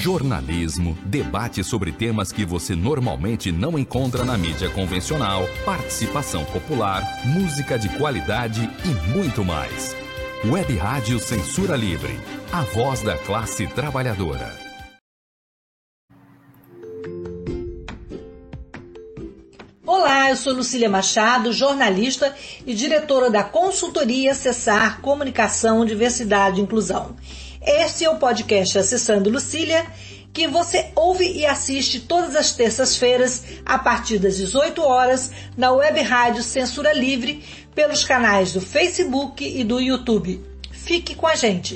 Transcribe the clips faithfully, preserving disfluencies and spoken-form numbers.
jornalismo, debate sobre temas que você normalmente não encontra na mídia convencional, participação popular, música de qualidade e muito mais. Web Rádio Censura Livre, a voz da classe trabalhadora. Olá, eu sou Lucília Machado, jornalista e diretora da consultoria Cessar Comunicação, Diversidade e Inclusão. Este é o podcast Acessando Lucília, que você ouve e assiste todas as terças-feiras, a partir das dezoito horas, na Web Rádio Censura Livre, pelos canais do Facebook e do YouTube. Fique com a gente!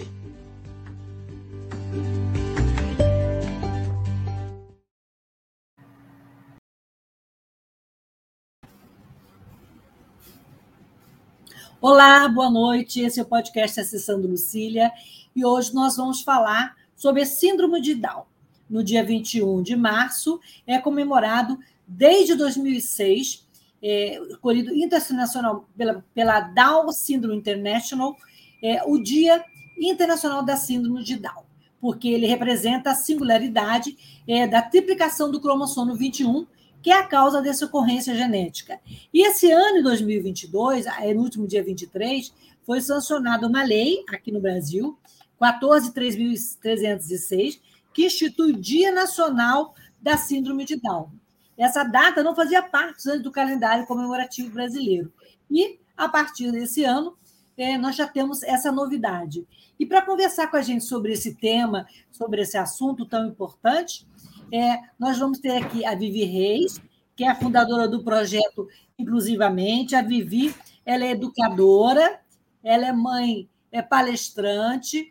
Olá, boa noite. Esse é o podcast Acessando Lucília e hoje nós vamos falar sobre a Síndrome de Down. No dia vinte e um de março é comemorado desde dois mil e seis, é, escolhido internacional pela, pela Down Syndrome International, é, o Dia Internacional da Síndrome de Down, porque ele representa a singularidade é, da triplicação do cromossomo vinte e um, que é a causa dessa ocorrência genética. E esse ano, em dois mil e vinte e dois, no último dia vinte e três, foi sancionada uma lei, aqui no Brasil, quatorze mil trezentos e seis, que institui o Dia Nacional da Síndrome de Down. Essa data não fazia parte antes do calendário comemorativo brasileiro. E, a partir desse ano, nós já temos essa novidade. E para conversar com a gente sobre esse tema, sobre esse assunto tão importante, É, nós vamos ter aqui a Vivi Reis, que é a fundadora do projeto Inclusivamente. A Vivi, ela é educadora, ela é mãe, é palestrante,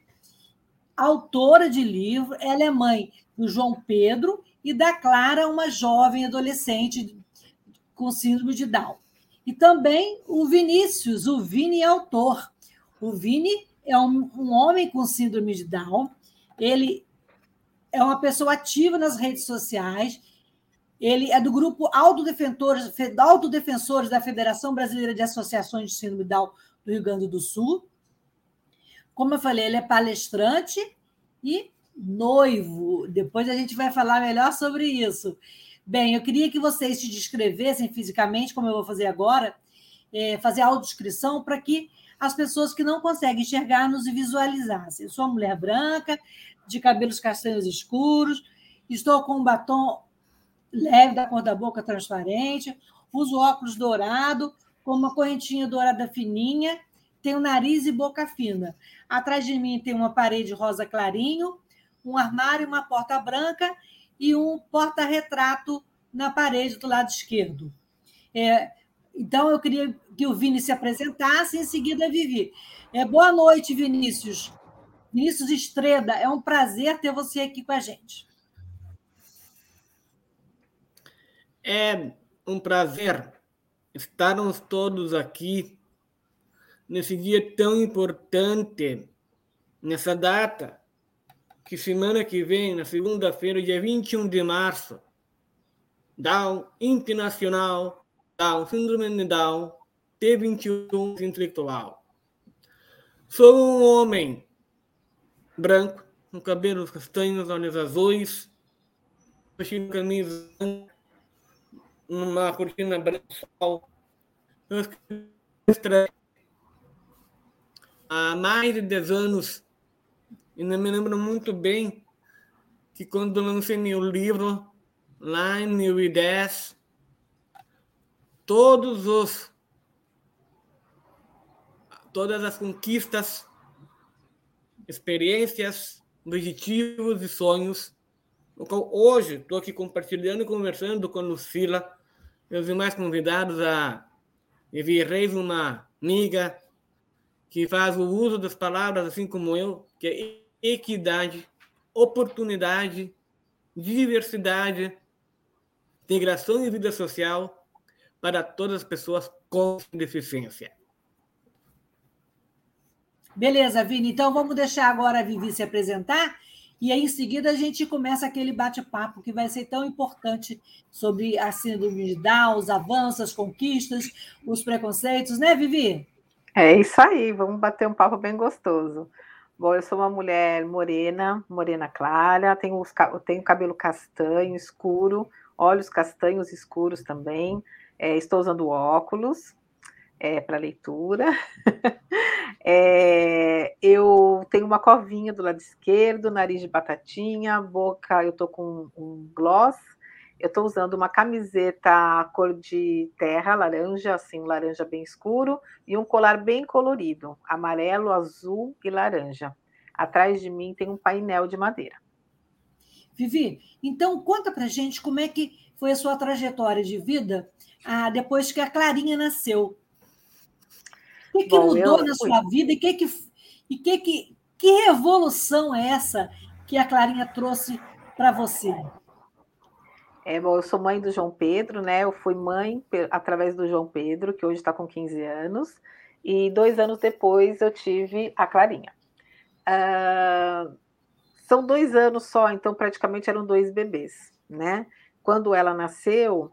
autora de livro, ela é mãe do João Pedro e da Clara, uma jovem adolescente com síndrome de Down. E também o Vinícius, o Vini é autor. O Vini é um, um homem com síndrome de Down, ele é uma pessoa ativa nas redes sociais, ele é do grupo Autodefensores, Autodefensores da Federação Brasileira de Associações de Síndrome de Down do Rio Grande do Sul. Como eu falei, ele é palestrante e noivo. Depois a gente vai falar melhor sobre isso. Bem, eu queria que vocês se descrevessem fisicamente, como eu vou fazer agora, é, fazer a autodescrição para que as pessoas que não conseguem enxergar nos visualizassem. Eu sou uma mulher branca, de cabelos castanhos escuros, estou com um batom leve da cor da boca transparente, uso óculos dourado, com uma correntinha dourada fininha, tenho nariz e boca fina. Atrás de mim tem uma parede rosa clarinho, um armário, uma porta branca e um porta-retrato na parede do lado esquerdo. É, então, eu queria que o Vini se apresentasse, em seguida a Vivi. É, boa noite, Vinícius. Vinícius Estreda, é um prazer ter você aqui com a gente. É um prazer estarmos todos aqui nesse dia tão importante, nessa data, que semana que vem, na segunda-feira, dia vinte e um de março, Down Internacional, Down, Síndrome de Down, T vinte e um intelectual. Sou um homem branco, com cabelos castanhos, olhos azuis, vestindo camisa branca, uma cortina branca. Há mais de dez anos, ainda me lembro muito bem que quando lancei meu livro, lá em dois mil e dez, todos os, todas as conquistas, experiências, objetivos e sonhos, no qual hoje estou aqui compartilhando e conversando com a Lucila e os demais convidados, a Vivi Reis, uma amiga que faz o uso das palavras, assim como eu, que é equidade, oportunidade, diversidade, integração e vida social para todas as pessoas com deficiência. Beleza, Vini. Então, vamos deixar agora a Vivi se apresentar e aí, em seguida, a gente começa aquele bate-papo que vai ser tão importante sobre a síndrome de Down, os avanços, as conquistas, os preconceitos, né, Vivi? É isso aí, vamos bater um papo bem gostoso. Bom, eu sou uma mulher morena, morena clara, tenho, os, tenho cabelo castanho escuro, olhos castanhos escuros também, é, estou usando óculos é, para leitura. é, eu tenho uma covinha do lado esquerdo, nariz de batatinha, boca, eu estou com um gloss. Eu estou usando uma camiseta cor de terra, laranja, assim, laranja bem escuro, e um colar bem colorido, amarelo, azul e laranja. Atrás de mim tem um painel de madeira. Vivi, então conta pra gente como é que foi a sua trajetória de vida ah, depois que a Clarinha nasceu. O que, que Bom, mudou eu na fui. sua vida e que que, e que, que, que revolução é essa que a Clarinha trouxe para você? É, bom, eu sou mãe do João Pedro, né? Eu fui mãe através do João Pedro, que hoje está com quinze anos, e dois anos depois eu tive a Clarinha. Ah, são dois anos só, então praticamente eram dois bebês, né? Quando ela nasceu,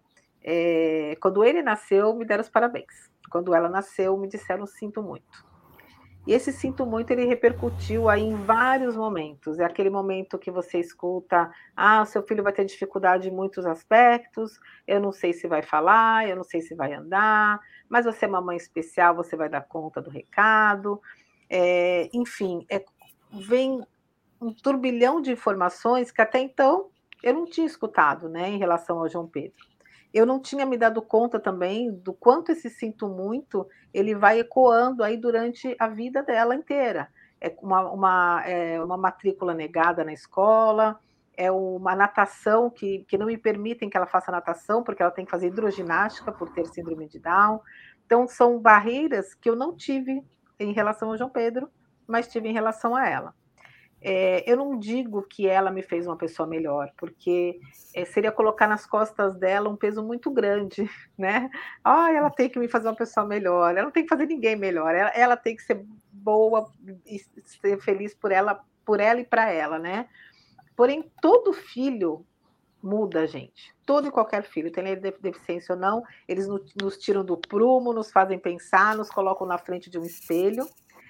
é, quando ele nasceu, me deram os parabéns. Quando ela nasceu, me disseram sinto muito. E esse sinto muito, ele repercutiu aí em vários momentos. É aquele momento que você escuta, ah, o seu filho vai ter dificuldade em muitos aspectos, eu não sei se vai falar, eu não sei se vai andar, mas você é uma mãe especial, você vai dar conta do recado. É, enfim, é, vem um turbilhão de informações que até então eu não tinha escutado, né, em relação ao João Pedro. Eu não tinha me dado conta também do quanto esse sinto muito ele vai ecoando aí durante a vida dela inteira. É uma, uma, é uma matrícula negada na escola, é uma natação que, que não me permitem que ela faça natação, porque ela tem que fazer hidroginástica por ter síndrome de Down. Então, são barreiras que eu não tive em relação ao João Pedro, mas tive em relação a ela. É, eu não digo que ela me fez uma pessoa melhor, porque é, seria colocar nas costas dela um peso muito grande, né? Ah, ela tem que me fazer uma pessoa melhor, ela não tem que fazer ninguém melhor, ela, ela tem que ser boa e ser feliz por ela, por ela e para ela, né? Porém, todo filho muda a gente. Todo e qualquer filho, tem ele deficiência ou não, eles nos tiram do prumo, nos fazem pensar, nos colocam na frente de um espelho.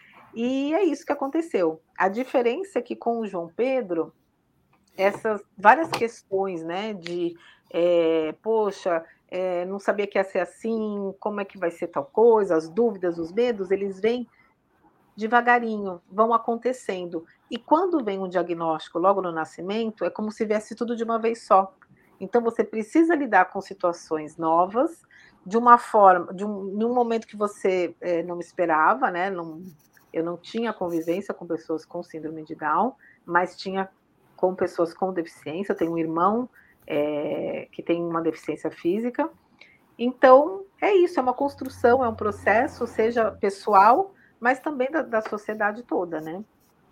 E é isso que aconteceu. A diferença é que com o João Pedro, essas várias questões, né, de, é, poxa, é, não sabia que ia ser assim, como é que vai ser tal coisa, as dúvidas, os medos, eles vêm devagarinho, vão acontecendo. E quando vem um diagnóstico logo no nascimento, é como se viesse tudo de uma vez só. Então você precisa lidar com situações novas, de uma forma, de um, de um momento que você é, não esperava, né? Não, eu não tinha convivência com pessoas com síndrome de Down, mas tinha com pessoas com deficiência. Eu tenho um irmão é, que tem uma deficiência física. Então, é isso, é uma construção, é um processo, seja pessoal, mas também da, da sociedade toda, né?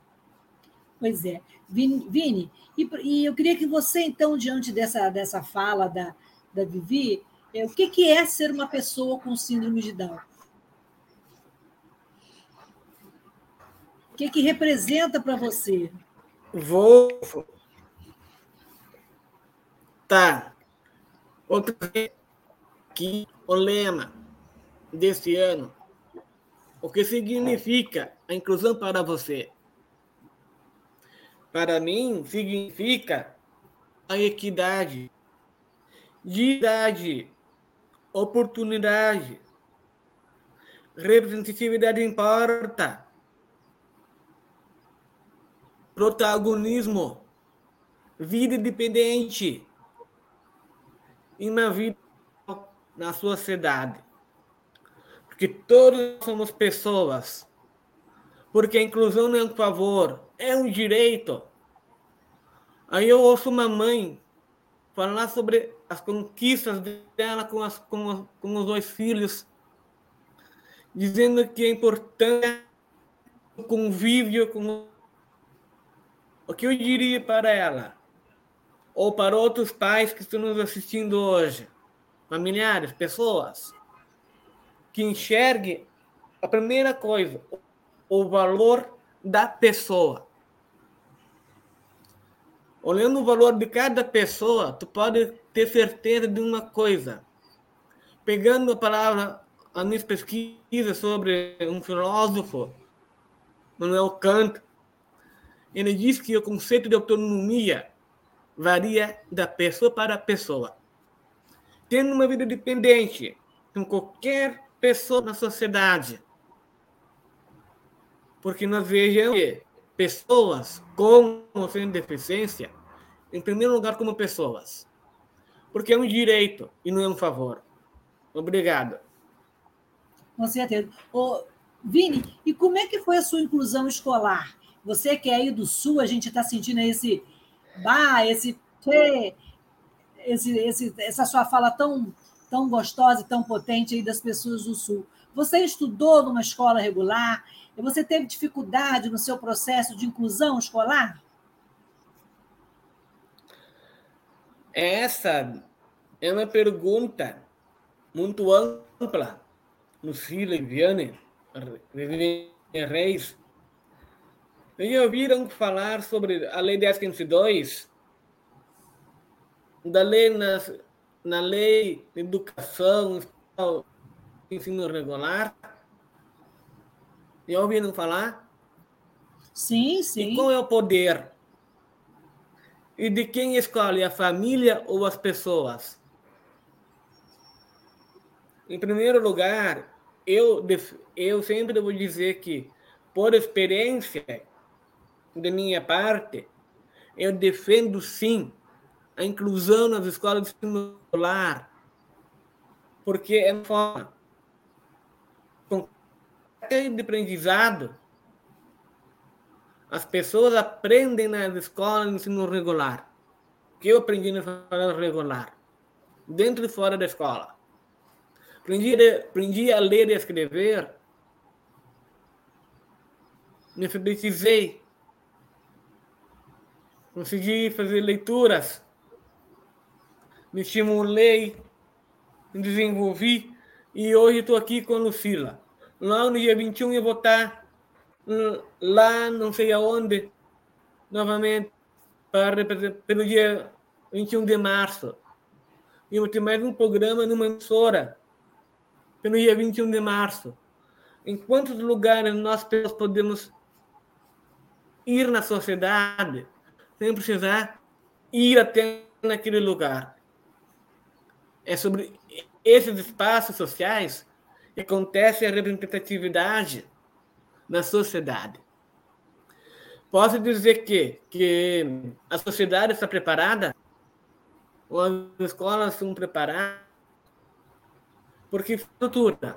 Pois é. Vini, Vini e, e eu queria que você, então, diante dessa, dessa fala da, da Vivi, é, o que, que é ser uma pessoa com síndrome de Down? O que, que representa para você? Vou. Tá. Outra vez aqui, o lema deste ano. O que significa a inclusão para você? Para mim, significa a equidade, dignidade, oportunidade, representatividade importa, protagonismo, vida independente e uma vida na sociedade. Porque todos somos pessoas. Porque a inclusão não é um favor, é um direito. Aí eu ouço uma mãe falar sobre as conquistas dela com, as, com, com os dois filhos, dizendo que é importante o convívio com o que eu diria para ela, ou para outros pais que estão nos assistindo hoje, familiares, pessoas, que enxerguem a primeira coisa, o valor da pessoa. Olhando o valor de cada pessoa, tu pode ter certeza de uma coisa. Pegando a palavra, as minhas pesquisas sobre um filósofo, Manuel Kant, ele diz que o conceito de autonomia varia da pessoa para a pessoa. Tendo uma vida dependente com qualquer pessoa na sociedade. Porque nós vejamos que pessoas com ou sem deficiência, em primeiro lugar, como pessoas. Porque é um direito e não é um favor. Obrigado. Com certeza. Ô, Vini, e como é que foi a sua inclusão escolar? Você que é aí do Sul, a gente está sentindo esse... Bah, esse, esse, esse, essa sua fala tão, tão gostosa e tão potente aí das pessoas do Sul. Você estudou numa escola regular? E você teve dificuldade no seu processo de inclusão escolar? Essa é uma pergunta muito ampla. Lucila e Viane Reis. Já ouviram falar sobre a Lei dez mil quinhentos e dois? Da lei na, na Lei de Educação, Ensino Regular? Já ouviram falar? Sim, sim. E qual é o poder? E de quem escolhe, a família ou as pessoas? Em primeiro lugar, eu, eu sempre vou dizer que, por experiência de minha parte, eu defendo sim a inclusão nas escolas de ensino escolar, porque é uma forma de aprendizado. As pessoas aprendem nas escolas de ensino regular, que eu aprendi na escola regular, dentro e fora da escola. Aprendi, aprendi a ler e a escrever, me alfabetizei, consegui fazer leituras, me estimulei, me desenvolvi, e hoje estou aqui com a Lucila. Lá no dia vinte e um eu vou estar lá, não sei aonde, novamente, para, pelo dia vinte e um de março. E eu vou ter mais um programa numa emissora, pelo dia vinte e um de março. Em quantos lugares nós podemos ir na sociedade sem precisar ir até naquele lugar? É sobre esses espaços sociais que acontece a representatividade na sociedade. Posso dizer que, que a sociedade está preparada, ou as escolas são preparadas, porque estrutura.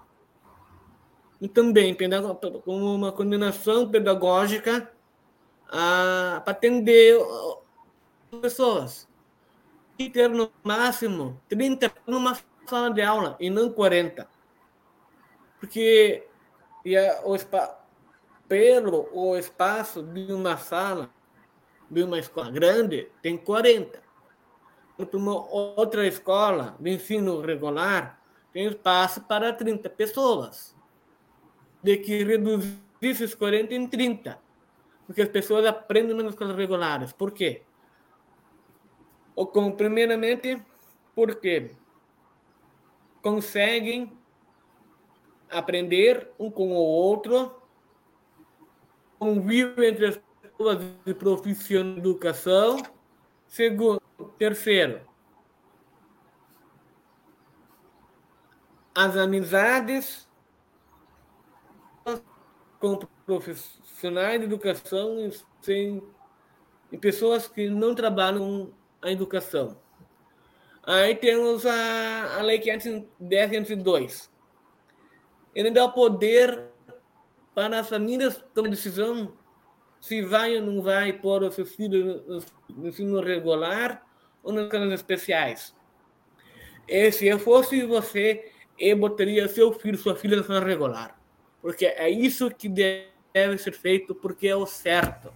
E também como uma coordenação pedagógica para atender as pessoas. E ter no máximo trinta numa sala de aula e não quarenta. Porque e a, o, pelo o espaço de uma sala, de uma escola grande, tem quarenta. Para uma outra escola de ensino regular, tem espaço para trinta pessoas. De que reduzir esses quarenta em trinta. Porque as pessoas aprendem nas escolas regulares. Por quê? Ou como, primeiramente, porque conseguem aprender um com o outro, convívio entre as pessoas de profissional de educação. Segundo, terceiro, as amizades com profissionais de educação e, sem, e pessoas que não trabalham a educação. Aí temos a, a Lei dez mil quinhentos e dois. Ele dá o poder para as famílias tomar decisão se vai ou não vai pôr os seus filhos no ensino regular ou nas escolas especiais. E se eu fosse você, eu botaria seu filho, sua filha na escola regular. Porque é isso que deve ser feito, porque é o certo.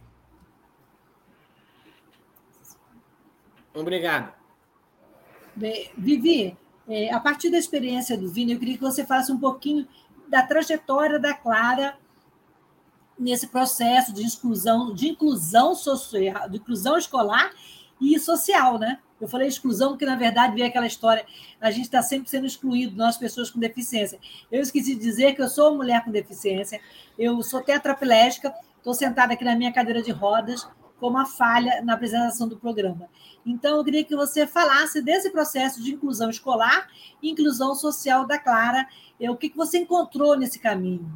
Obrigado. Bem, Vivi, é, a partir da experiência do Vini, eu queria que você falasse um pouquinho da trajetória da Clara nesse processo de inclusão, de inclusão social, de inclusão escolar e social, né? Eu falei exclusão porque, na verdade, veio aquela história, a gente está sempre sendo excluído, nós, pessoas com deficiência. Eu esqueci de dizer que eu sou mulher com deficiência, eu sou tetraplégica, estou sentada aqui na minha cadeira de rodas, com uma falha na apresentação do programa. Então, eu queria que você falasse desse processo de inclusão escolar e inclusão social da Clara. O que você encontrou nesse caminho?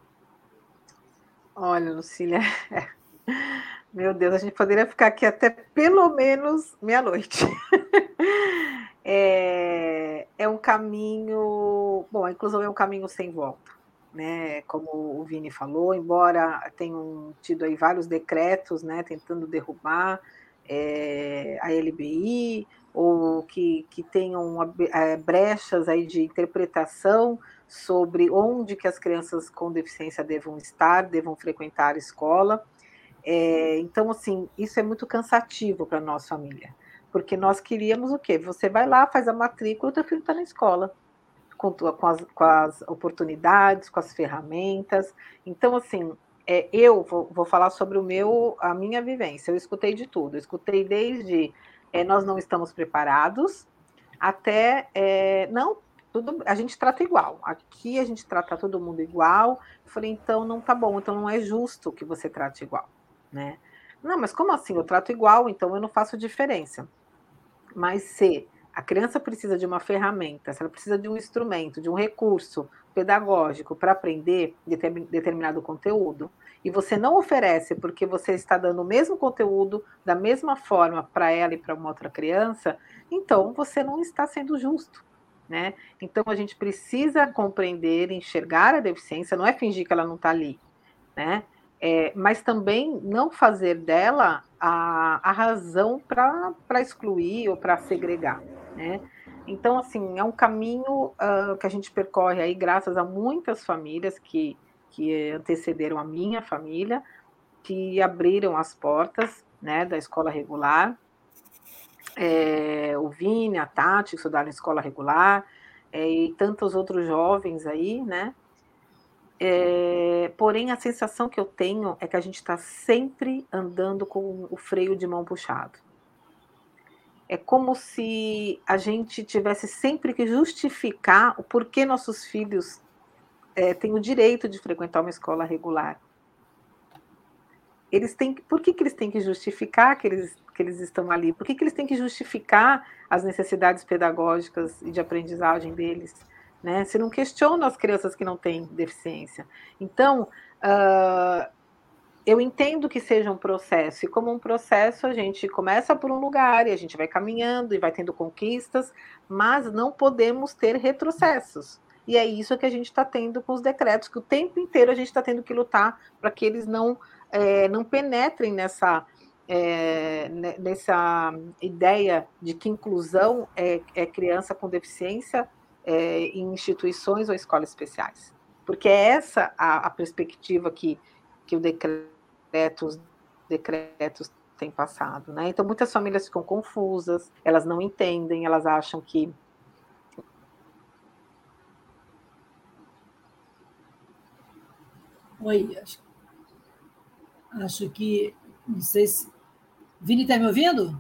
Olha, Lucília, meu Deus, a gente poderia ficar aqui até pelo menos meia-noite. É, é um caminho... Bom, a inclusão é um caminho sem volta, né? Como o Vini falou, embora tenham tido aí vários decretos, né, tentando derrubar é, a L B I, ou que, que tenham é, brechas aí de interpretação sobre onde que as crianças com deficiência devam estar, devam frequentar a escola. É, então, assim, isso é muito cansativo para a nossa família, porque nós queríamos o quê? Você vai lá, faz a matrícula, o teu filho está na escola, com, com, as, com as oportunidades, com as ferramentas. Então, assim, é, eu vou, vou falar sobre o meu, a minha vivência. Eu escutei de tudo. Eu escutei desde é, nós não estamos preparados, até é, não, tudo, a gente trata igual. Aqui a gente trata todo mundo igual. Eu falei, então não tá bom, então não é justo que você trate igual, né? Não, mas como assim? Eu trato igual, então eu não faço diferença. Mas se a criança precisa de uma ferramenta, se ela precisa de um instrumento, de um recurso pedagógico para aprender determinado conteúdo, e você não oferece porque você está dando o mesmo conteúdo da mesma forma para ela e para uma outra criança, então você não está sendo justo, né? Então a gente precisa compreender, enxergar a deficiência, não é fingir que ela não está ali, né? É, mas também não fazer dela a, a razão para excluir ou para segregar, né? Então, assim, é um caminho uh, que a gente percorre aí graças a muitas famílias que, que antecederam a minha família, que abriram as portas, né, da escola regular. É, o Vini, a Tati, que estudaram em escola regular, é, e tantos outros jovens aí, né? É, porém, a sensação que eu tenho é que a gente está sempre andando com o freio de mão puxado. É como se a gente tivesse sempre que justificar o porquê nossos filhos é, têm o direito de frequentar uma escola regular. Eles têm, por que, que eles têm que justificar que eles, que eles estão ali? Por que, que eles têm que justificar as necessidades pedagógicas e de aprendizagem deles? Né? Você não questiona as crianças que não têm deficiência. Então, uh, eu entendo que seja um processo, e como um processo a gente começa por um lugar, e a gente vai caminhando, e vai tendo conquistas, mas não podemos ter retrocessos. E é isso que a gente está tendo com os decretos, que o tempo inteiro a gente está tendo que lutar para que eles não, é, não penetrem nessa... É, nessa ideia de que inclusão é, é criança com deficiência é, em instituições ou escolas especiais. Porque é essa a, a perspectiva que, que o decreto, os decretos têm passado, né? Então, muitas famílias ficam confusas, elas não entendem, elas acham que... Oi, acho, acho que... Não sei se... Vini, está me ouvindo?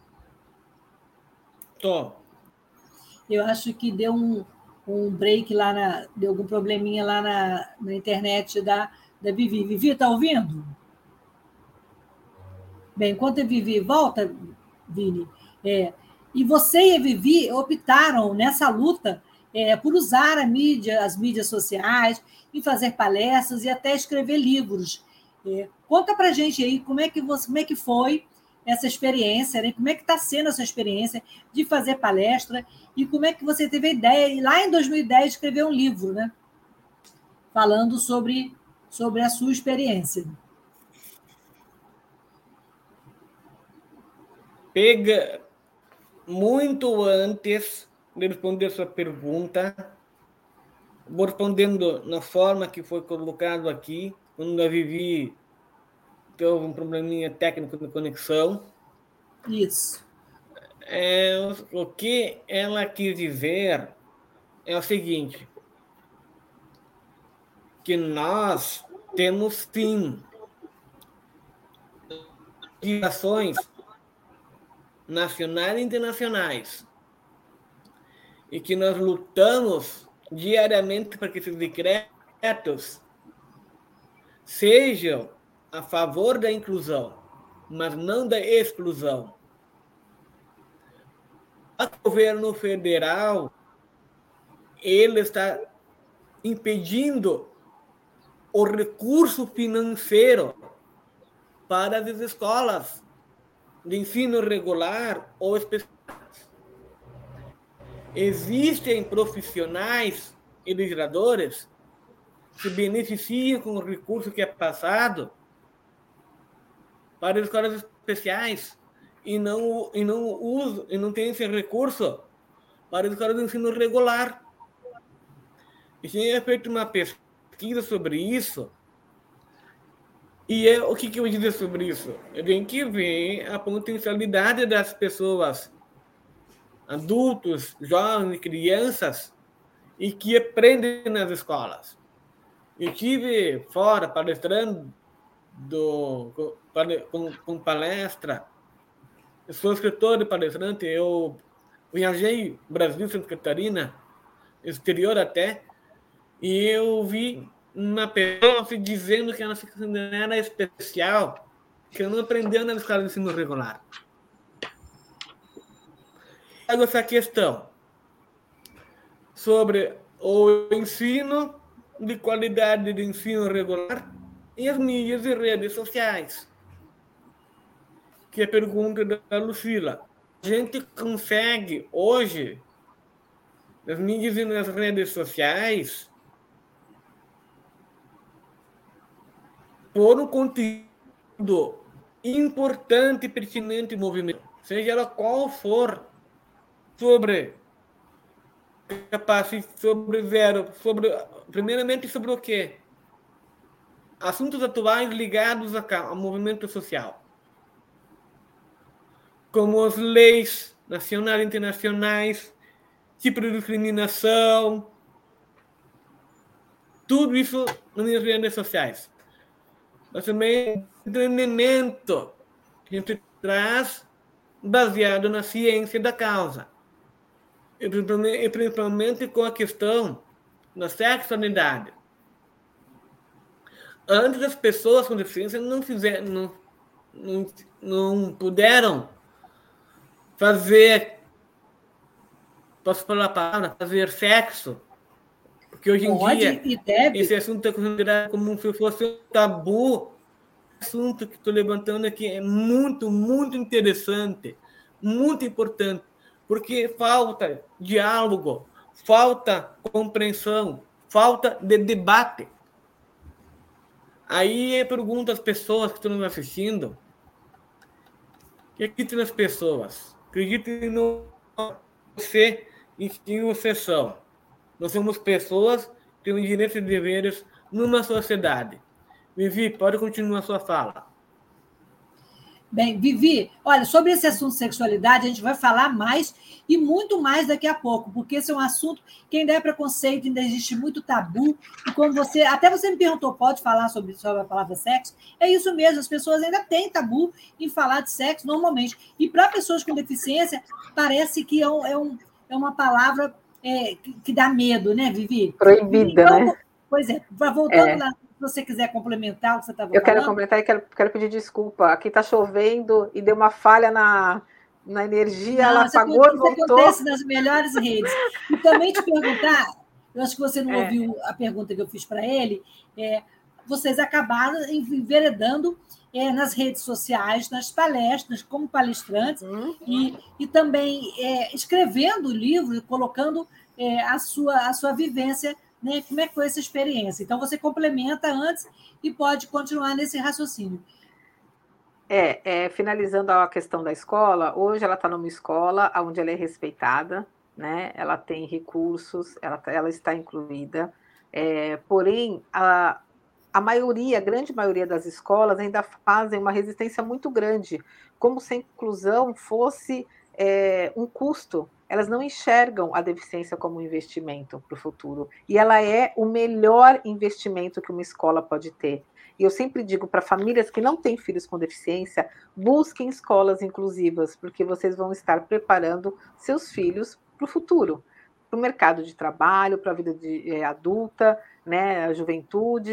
Tô. Eu acho que deu um, um break lá, na, deu algum probleminha lá na, na internet da, da Vivi. Vivi, está ouvindo? Bem, enquanto a Vivi volta, Vini, é, e você e a Vivi optaram nessa luta é, por usar a mídia, as mídias sociais, e fazer palestras e até escrever livros. É, conta para a gente aí como é que, você, como é que foi essa experiência, né? Como é que está sendo essa experiência de fazer palestra e como é que você teve a ideia, e lá em dois mil e dez, de escrever um livro, né? Falando sobre, sobre a sua experiência. Pega muito antes de responder sua pergunta, vou respondendo na forma que foi colocado aqui, quando a Vivi teve um probleminha técnico de conexão. Isso. É, o que ela quis dizer é o seguinte, que nós temos, sim, legislações nacionais e internacionais, e que nós lutamos diariamente para que esses decretos sejam a favor da inclusão, mas não da exclusão. O governo federal, ele está impedindo o recurso financeiro para as escolas de ensino regular ou especial. Existem profissionais e legisladores que se beneficiam com o recurso que é passado para as escolas especiais e não, e não usam, e não tem esse recurso para as escolas de ensino regular. E tinha feito uma pesquisa sobre isso. E é, o que, que eu vou dizer sobre isso? Eu tenho que ver a potencialidade das pessoas, adultos, jovens, crianças, e que aprendem nas escolas. Eu estive fora palestrando do, com, com palestra. Eu sou escritor e palestrante. Eu viajei Brasil, Santa Catarina, exterior até, e eu vi uma pessoa se dizendo que ela era especial, que não aprendeu na escola de ensino regular. Agora, essa questão sobre o ensino de qualidade de ensino regular e as mídias e redes sociais, que é a pergunta da Lucila. A gente consegue, hoje, nas mídias e nas redes sociais, pôr um conteúdo importante, pertinente e movimento, seja ela qual for, sobre capaz, sobre zero, sobre, primeiramente sobre o quê? Assuntos atuais ligados ao movimento social, como as leis nacionais e internacionais, tipo de discriminação, tudo isso nas redes sociais. Mas também entretenimento que a gente traz baseado na ciência da causa. E principalmente com a questão da sexualidade. Antes, as pessoas com deficiência não fizeram, não, não, não puderam fazer, posso falar a palavra, fazer sexo, porque hoje em Pode dia e deve. Esse assunto é considerado como se fosse um tabu. O assunto que estou levantando aqui é muito, muito interessante, muito importante, porque falta diálogo, falta compreensão, falta de debate. Aí eu pergunto às pessoas que estão nos assistindo, que acreditem nas pessoas, acreditem no você e quem vocês são. Nós somos pessoas que temos direitos e deveres numa sociedade. Vivi, pode continuar a sua fala. Bem, Vivi, olha, sobre esse assunto de sexualidade, a gente vai falar mais e muito mais daqui a pouco, porque esse é um assunto que ainda é preconceito, ainda existe muito tabu, e como você, até você me perguntou, pode falar sobre, sobre a palavra sexo? É isso mesmo, as pessoas ainda têm tabu em falar de sexo normalmente, e para pessoas com deficiência, parece que é, um, é, um, é uma palavra é, que, que dá medo, né, Vivi? Proibida, então, né? Pois é, voltando É. lá, se você quiser complementar o que você estava falando. Eu quero complementar e quero, quero pedir desculpa. Aqui está chovendo e deu uma falha na, na energia, Não, ela isso apagou e isso voltou. acontece nas melhores redes. E também te perguntar, eu acho que você não É. ouviu a pergunta que eu fiz para ele, é, vocês acabaram enveredando é, nas redes sociais, nas palestras, como palestrantes, Uhum. e, e também é, escrevendo o livro e colocando é, a, sua, a sua vivência, né? Como é que foi essa experiência? Então, você complementa antes e pode continuar nesse raciocínio. É, é, finalizando a questão da escola, hoje ela está numa escola onde ela é respeitada, né? Ela tem recursos, ela, ela está incluída, é, porém, a, a maioria, a grande maioria das escolas ainda fazem uma resistência muito grande, como se a inclusão fosse é, um custo. Elas não enxergam a deficiência como um investimento para o futuro, e ela é o melhor investimento que uma escola pode ter. E eu sempre digo para famílias que não têm filhos com deficiência, busquem escolas inclusivas, porque vocês vão estar preparando seus filhos para o futuro, para o mercado de trabalho, para a vida de, é, adulta, né, a juventude.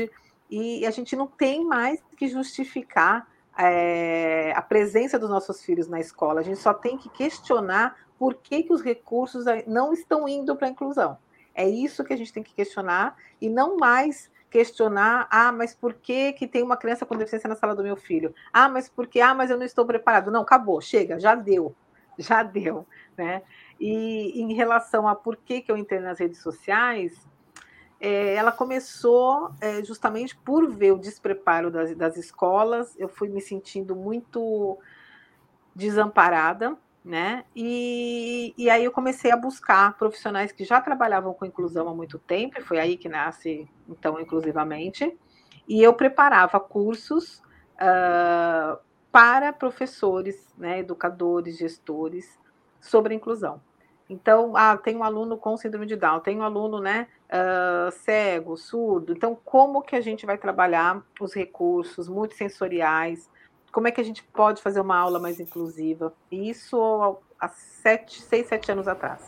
e a gente não tem mais que justificar é, a presença dos nossos filhos na escola, a gente só tem que questionar por que, que os recursos não estão indo para a inclusão. É isso que a gente tem que questionar, e não mais questionar, ah, mas por que, que tem uma criança com deficiência na sala do meu filho? Ah, mas por que? Ah, mas eu não estou preparado. Não, acabou, chega, já deu, já deu, né? E em relação a por que, que eu entrei nas redes sociais, é, ela começou é, justamente por ver o despreparo das, das escolas, eu fui me sentindo muito desamparada, né? E, e aí eu comecei a buscar profissionais que já trabalhavam com inclusão há muito tempo, e foi aí que nasce, então, Inclusivamente, e eu preparava cursos uh, para professores, né, educadores, gestores, sobre inclusão. Então, ah, tem um aluno com síndrome de Down, tem um aluno, né, uh, cego, surdo, então como que a gente vai trabalhar os recursos multissensoriais, como é que a gente pode fazer uma aula mais inclusiva? Isso há sete, seis, sete anos atrás.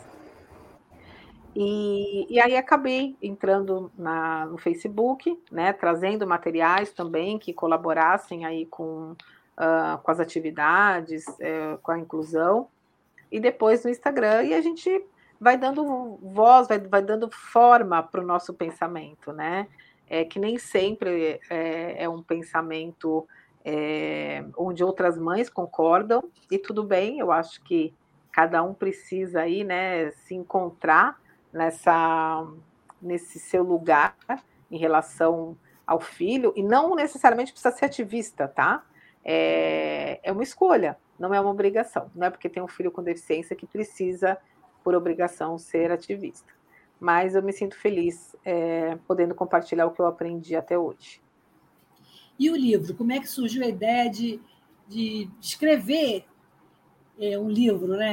E, e aí acabei entrando na, no Facebook, né, trazendo materiais também que colaborassem aí com, uh, com as atividades, uh, com a inclusão, e depois no Instagram, e a gente vai dando voz, vai, vai dando forma para o nosso pensamento, né? É que nem sempre é, é um pensamento... É, onde outras mães concordam, e tudo bem, eu acho que cada um precisa aí, né, se encontrar nessa, nesse seu lugar em relação ao filho, e não necessariamente precisa ser ativista, tá? É, é uma escolha, não é uma obrigação, não é porque tem um filho com deficiência que precisa, por obrigação, ser ativista. Mas eu me sinto feliz é, podendo compartilhar o que eu aprendi até hoje. E o livro? Como é que surgiu a ideia de, de escrever é, um livro, né?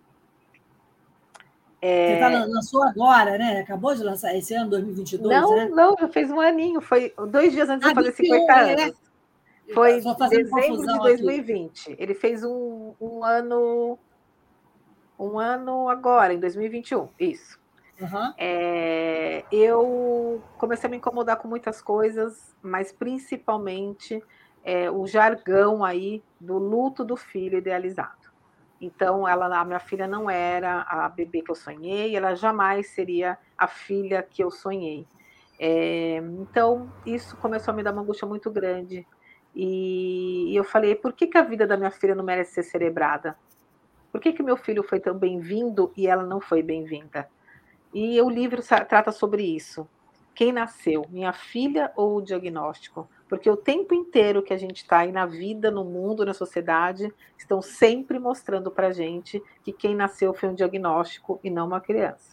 É... Você tá, lançou agora, né? Acabou de lançar esse ano, dois mil e vinte e dois, não, né? Não, já fez um aninho. Foi dois dias antes ah, de fazer cinquenta anos. É... Foi em dezembro de dois mil e vinte. Aqui. Ele fez um, um ano... Um ano agora, em dois mil e vinte e um. Isso. Uhum. É, eu comecei a me incomodar com muitas coisas, mas principalmente é, o jargão aí do luto do filho idealizado. Então, ela, a minha filha não era a bebê que eu sonhei, ela jamais seria a filha que eu sonhei. É, então, isso começou a me dar uma angústia muito grande. E, e eu falei, por que, que a vida da minha filha não merece ser celebrada? Por que, que meu filho foi tão bem-vindo e ela não foi bem-vinda? E o livro trata sobre isso. Quem nasceu, minha filha ou o diagnóstico? Porque o tempo inteiro que a gente está aí na vida, no mundo, na sociedade, estão sempre mostrando para a gente que quem nasceu foi um diagnóstico e não uma criança.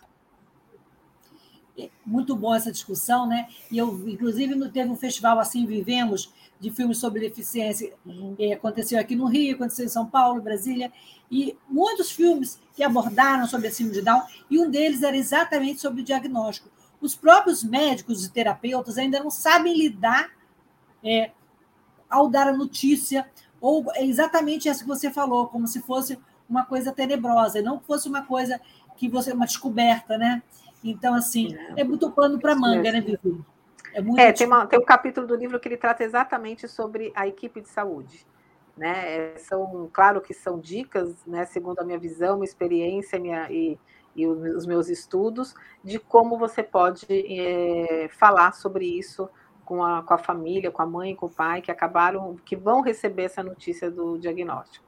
Muito bom essa discussão, né? E eu, inclusive, teve um festival Assim Vivemos, de filmes sobre deficiência, uhum. é, aconteceu aqui no Rio, aconteceu em São Paulo, Brasília, e muitos filmes que abordaram sobre a síndrome de Down, e um deles era exatamente sobre o diagnóstico. Os próprios médicos e terapeutas ainda não sabem lidar é, ao dar a notícia, ou é exatamente isso que você falou, como se fosse uma coisa tenebrosa, e não fosse uma coisa que você, uma descoberta, né? Então, assim, é muito pano para manga, né, Vivi? É, muito é tem, uma, tem um capítulo do livro que ele trata exatamente sobre a equipe de saúde. Né? São, claro que são dicas, né, segundo a minha visão, minha experiência minha, e, e os meus estudos, de como você pode é, falar sobre isso com a, com a família, com a mãe, com o pai, que acabaram, que vão receber essa notícia do diagnóstico.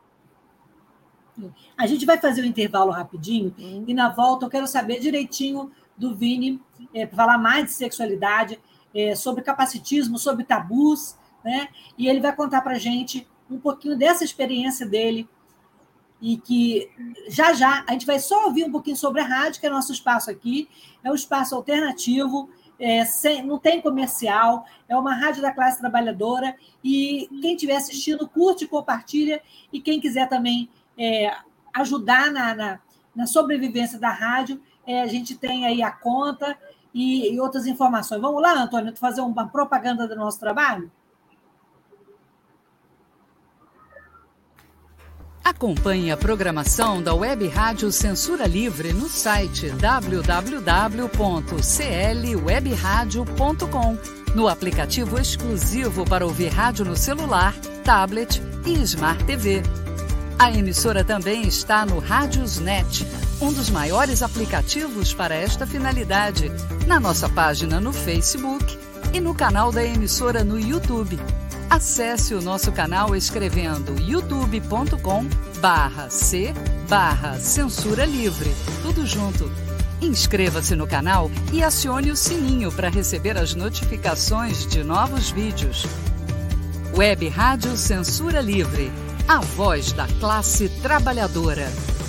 A gente vai fazer um intervalo rapidinho, hum. e na volta eu quero saber direitinho do Vini, é, para falar mais de sexualidade, é, sobre capacitismo, sobre tabus, né? E ele vai contar para a gente um pouquinho dessa experiência dele, e que já já a gente vai só ouvir um pouquinho sobre a rádio, que é nosso espaço aqui, é um espaço alternativo, é, sem, não tem comercial, é uma rádio da classe trabalhadora, e quem estiver assistindo, curte, compartilha, e quem quiser também é, ajudar na, na, na sobrevivência da rádio, é, a gente tem aí a conta e, e outras informações. Vamos lá, Antônio, fazer uma propaganda do nosso trabalho? Acompanhe a programação da Web Rádio Censura Livre no site w w w ponto c l web radio ponto com. no aplicativo exclusivo para ouvir rádio no celular, tablet e Smart T V. A emissora também está no Rádiosnet, um dos maiores aplicativos para esta finalidade, na nossa página no Facebook e no canal da emissora no YouTube. Acesse o nosso canal escrevendo youtube ponto com barra c barra censura livre, tudo junto. Inscreva-se no canal e acione o sininho para receber as notificações de novos vídeos. Web Rádio Censura Livre, a voz da classe trabalhadora.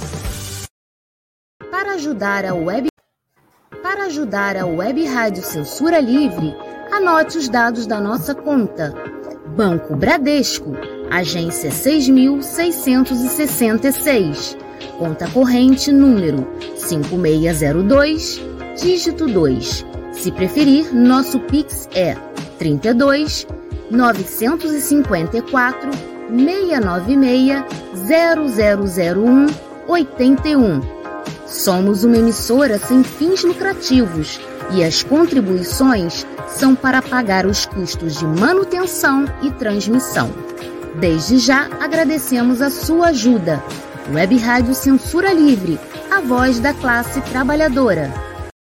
Para ajudar a Web, para ajudar a Web Rádio Censura Livre, anote os dados da nossa conta. Banco Bradesco, agência seis mil seiscentos e sessenta e seis, conta corrente número cinco seis zero dois, dígito dois. Se preferir, nosso Pix é trinta e dois, novecentos e cinquenta e quatro, seiscentos e noventa e seis, zero zero zero um, oitenta e um. Somos uma emissora sem fins lucrativos e as contribuições são para pagar os custos de manutenção e transmissão. Desde já agradecemos a sua ajuda. Web Rádio Censura Livre, a voz da classe trabalhadora.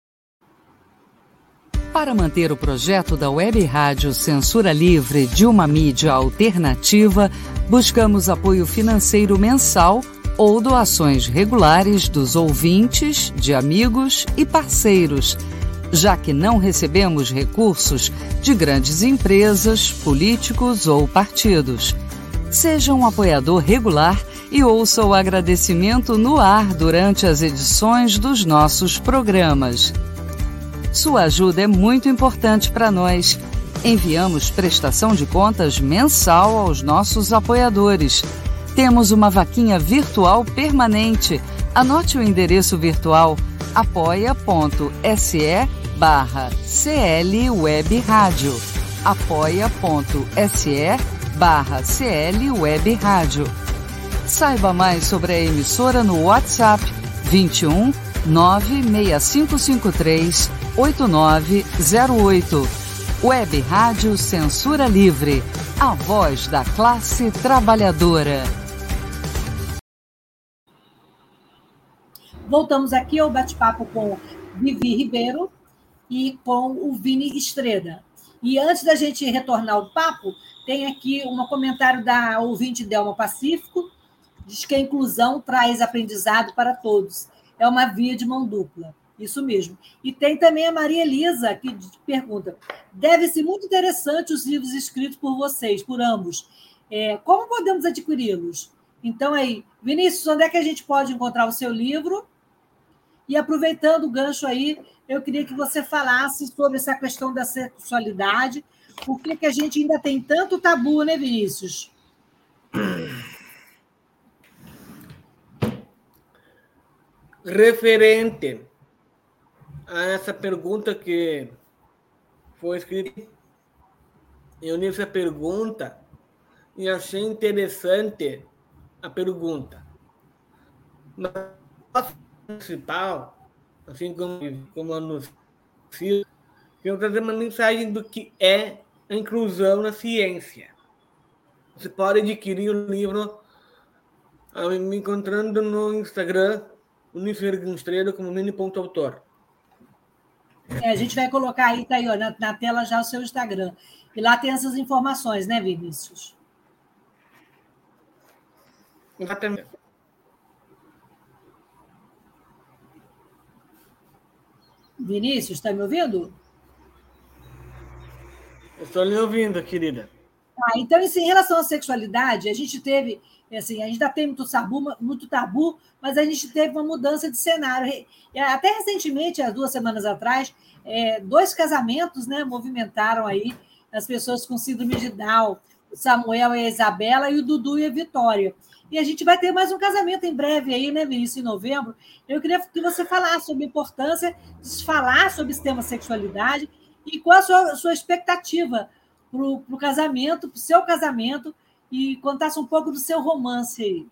Para manter o projeto da Web Rádio Censura Livre de uma mídia alternativa, buscamos apoio financeiro mensal ou doações regulares dos ouvintes, de amigos e parceiros, já que não recebemos recursos de grandes empresas, políticos ou partidos. Seja um apoiador regular e ouça o agradecimento no ar durante as edições dos nossos programas. Sua ajuda é muito importante para nós. Enviamos prestação de contas mensal aos nossos apoiadores. Temos uma vaquinha virtual permanente. Anote o endereço virtual apoia.se barra CL Web Rádio. apoia.se barra CL Web Rádio. Saiba mais sobre a emissora no WhatsApp vinte e um, nove seis cinco cinco três, oito nove zero oito. Web Rádio Censura Livre, a voz da classe trabalhadora. Voltamos aqui ao bate-papo com Vivi Ribeiro e com o Vini Estreda. E antes da gente retornar ao papo, tem aqui um comentário da ouvinte Delma Pacífico, diz que a inclusão traz aprendizado para todos. É uma via de mão dupla. Isso mesmo. E tem também a Maria Elisa, que pergunta: deve ser muito interessante os livros escritos por vocês, por ambos. É, como podemos adquiri-los? Então, aí, Vinícius, onde é que a gente pode encontrar o seu livro? E aproveitando o gancho aí, eu queria que você falasse sobre essa questão da sexualidade. Por que que a gente ainda tem tanto tabu, né, Vinícius? Referente a essa pergunta que foi escrita, eu li essa pergunta e achei interessante a pergunta. Mas principal, assim como, como anuncio, eu trazer uma mensagem do que é a inclusão na ciência. Você pode adquirir o livro me encontrando no Instagram, Universo Estrela, como mini.autor. É, a gente vai colocar aí, tá aí ó, na, na tela já o seu Instagram. E lá tem essas informações, né, Vinícius? Exatamente. Vinícius, está me ouvindo? Eu estou lhe ouvindo, querida. Ah, então, assim, em relação à sexualidade, a gente teve, assim, a gente ainda tem muito tabu, muito tabu, mas a gente teve uma mudança de cenário. Até recentemente, há duas semanas atrás, é, dois casamentos, né, movimentaram aí as pessoas com síndrome de Down, o Samuel e a Isabela, e o Dudu e a Vitória. E a gente vai ter mais um casamento em breve aí, né, Vinícius, em novembro. Eu queria que você falasse sobre a importância de falar sobre esse tema sexualidade e qual a sua, a sua expectativa para o casamento, para o seu casamento, e contasse um pouco do seu romance aí.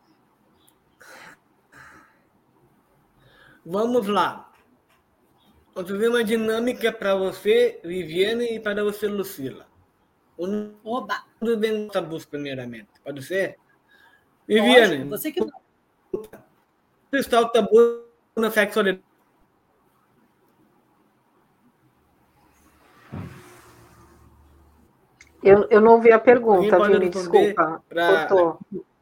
Vamos lá. Vamos fazer uma dinâmica para você, Viviane, e para você, Lucila. Oba! Tudo bem com tabus, primeiramente. Pode ser? Viviane, Lógico, você que não. onde está o tabu na sexualidade? Eu, eu não ouvi a pergunta, Alguém pode Vini, responder desculpa. pra- Cortou.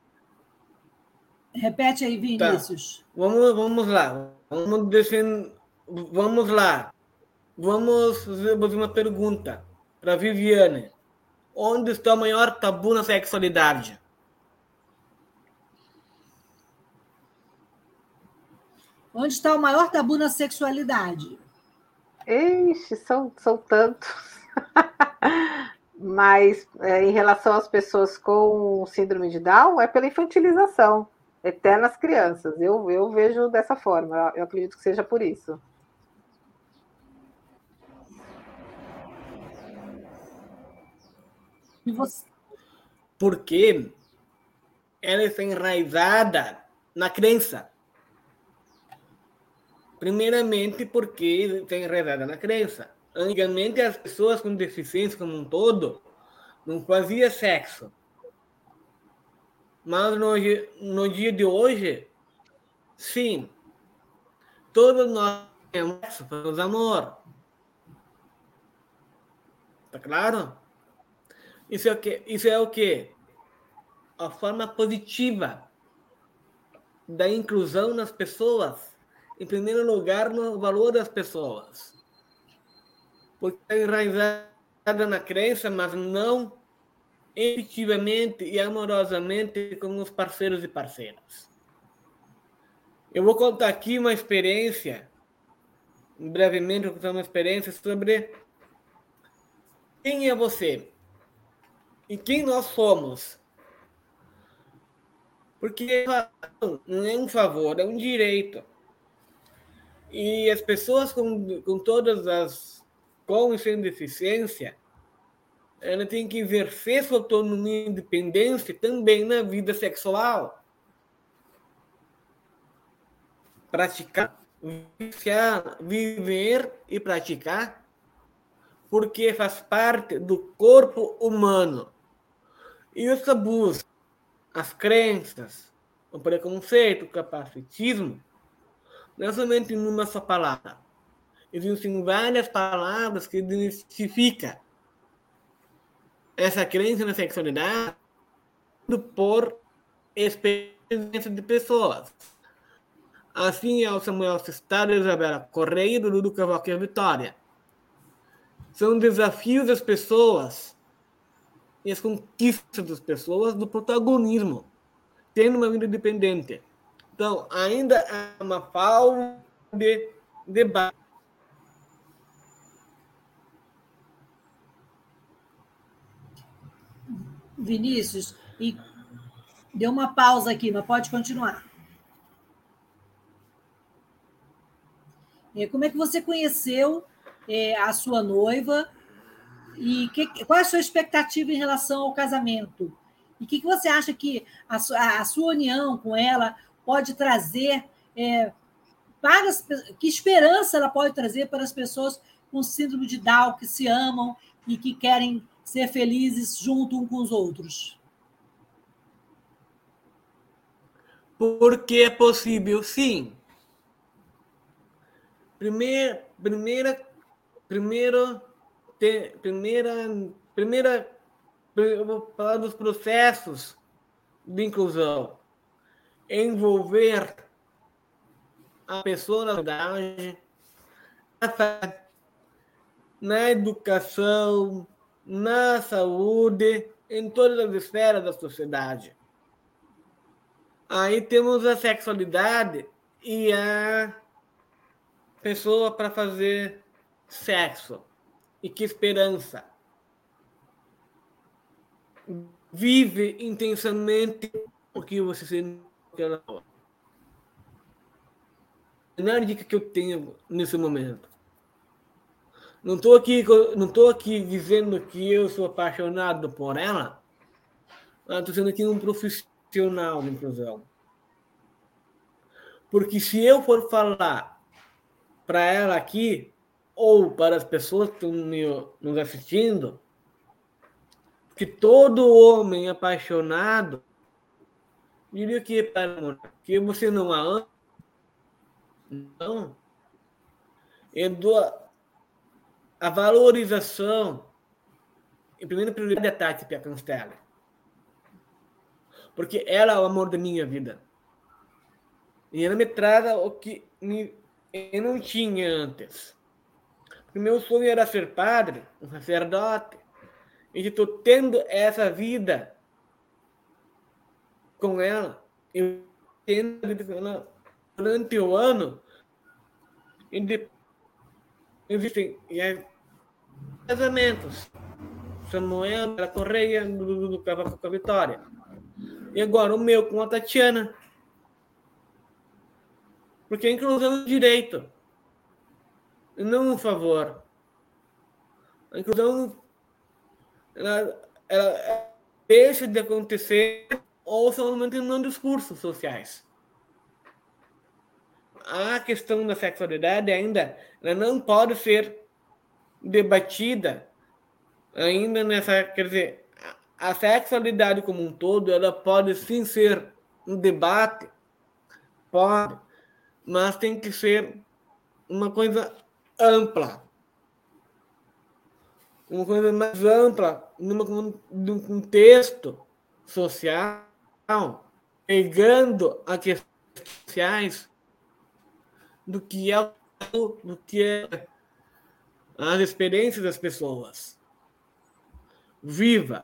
Repete aí, Vinícius. Tá. Vamos, vamos lá. Vamos defender. Vamos lá. Vamos fazer uma pergunta para Viviane. Onde está o maior tabu na sexualidade? Onde está o maior tabu na sexualidade? Ixi, são, são tantos. Mas é, em relação às pessoas com síndrome de Down, é pela infantilização. Eternas crianças. Eu, eu vejo dessa forma. Eu acredito que seja por isso. E você? Porque ela está enraizada na crença. Primeiramente, porque está enraizada na crença. Antigamente, as pessoas com deficiência como um todo não faziam sexo. Mas no, no dia de hoje, sim, todos nós temos sexo, fazemos amor. Tá claro? Isso é o quê? Isso é o quê? A forma positiva da inclusão nas pessoas. Em primeiro lugar, no valor das pessoas. Porque está enraizada na crença, mas não efetivamente e amorosamente com os parceiros e parceiras. Eu vou contar aqui uma experiência, brevemente, vou contar uma experiência sobre quem é você e quem nós somos. Porque não é um favor, é um direito. E as pessoas com, com todas as com e sem deficiência, ela tem que exercer sua autonomia e independência também na vida sexual. Praticar, viver e praticar, porque faz parte do corpo humano. E os tabus, as crenças, o preconceito, o capacitismo, não é somente numa só palavra. Existem várias palavras que identificam essa crença na sexualidade por experiência de pessoas. Assim é o Samuel Sestado, Isabela Correia, do Dudu Cavoquinha Vitória. São desafios das pessoas e as conquistas das pessoas do protagonismo, tendo uma vida independente. Então, ainda há uma falta de debate. Vinícius, e deu uma pausa aqui, mas pode continuar. Como é que você conheceu é, a sua noiva e que, qual é a sua expectativa em relação ao casamento? E o que, que você acha que a, a, a sua união com ela pode trazer, é, para as, que esperança ela pode trazer para as pessoas com síndrome de Down, que se amam e que querem ser felizes junto uns com os outros? Porque é possível, sim. Primeira, primeira, primeiro, te, primeira, primeira, eu vou falar dos processos de inclusão. Envolver a pessoa na sociedade, na educação, na saúde, em todas as esferas da sociedade. Aí temos a sexualidade e a pessoa para fazer sexo. E que esperança. Vive intensamente o que você sente naquela hora. Não é a dica que eu tenho nesse momento. Não estou aqui, não estou aqui dizendo que eu sou apaixonado por ela, mas estou sendo aqui um profissional de inclusão. Porque se eu for falar para ela aqui, ou para as pessoas que estão nos assistindo, que todo homem apaixonado diria que para amor, que você não a ama, não. Eu dou a, a valorização, em primeira prioridade, a Tati Piacanstella, porque ela é o amor da minha vida. E ela me traz o que me, eu não tinha antes. O meu sonho era ser padre, um sacerdote. E estou tendo essa vida com ela. Eu tendo a vida com ela durante o ano. E depois existem casamentos. Samuel, a Correia, do, do Cavaco com a Vitória. E agora o meu com a Tatiana. Porque a inclusão é um direito, e não um favor. A inclusão ela, ela deixa de acontecer ou somente não discursos sociais. A questão da sexualidade ainda ela não pode ser debatida ainda nessa, quer dizer, a sexualidade como um todo, ela pode sim ser um debate, pode, mas tem que ser uma coisa ampla. Uma coisa mais ampla, numa, num contexto social, pegando as questões sociais do que é, do que é as experiências das pessoas. Viva!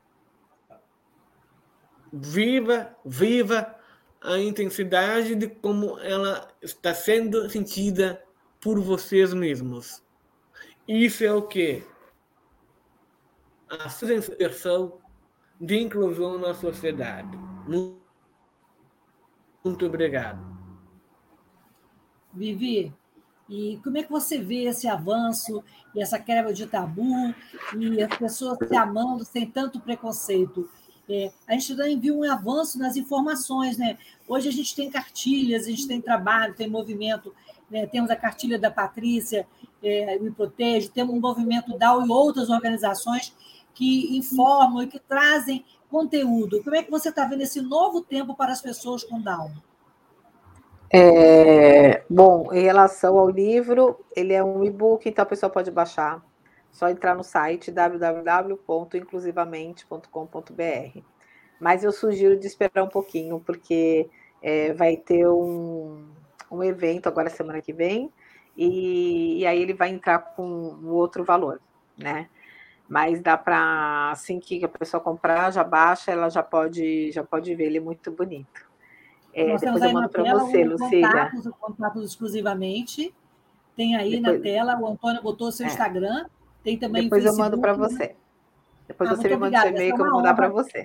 Viva, viva a intensidade de como ela está sendo sentida por vocês mesmos. Isso é o quê? A sensação de inclusão na sociedade. Muito, muito obrigado. Vivi, e como é que você vê esse avanço e essa quebra de tabu e as pessoas se amando sem tanto preconceito? É, a gente também viu um avanço nas informações, né? Hoje a gente tem cartilhas, a gente tem trabalho, tem movimento, né? Temos a cartilha da Patrícia, é, Me Protege, temos um movimento D A O e outras organizações que informam e que trazem conteúdo. Como é que você está vendo esse novo tempo para as pessoas com Down? É, bom, em relação ao livro, ele é um e-book, então a pessoa pode baixar. Só entrar no site w w w ponto inclusivamente ponto com ponto b r. Mas eu sugiro de esperar um pouquinho, porque é, vai ter um, um evento agora semana que vem, e, e aí ele vai entrar com um outro valor, né? Mas dá para, assim que a pessoa comprar, já baixa, ela já pode, já pode ver, ele é muito bonito. É, depois eu mando para você, Lucília. Contatos, contatos exclusivamente. Tem aí depois, na tela, o Antônio botou o seu é. Instagram. Tem também depois o Facebook. eu mando para você. Depois ah, você me manda o seu e-mail que eu vou mandar para você.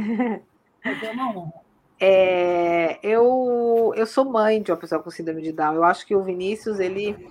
É uma honra. É, eu, eu sou mãe de uma pessoa com síndrome de Down. Eu acho que o Vinícius ele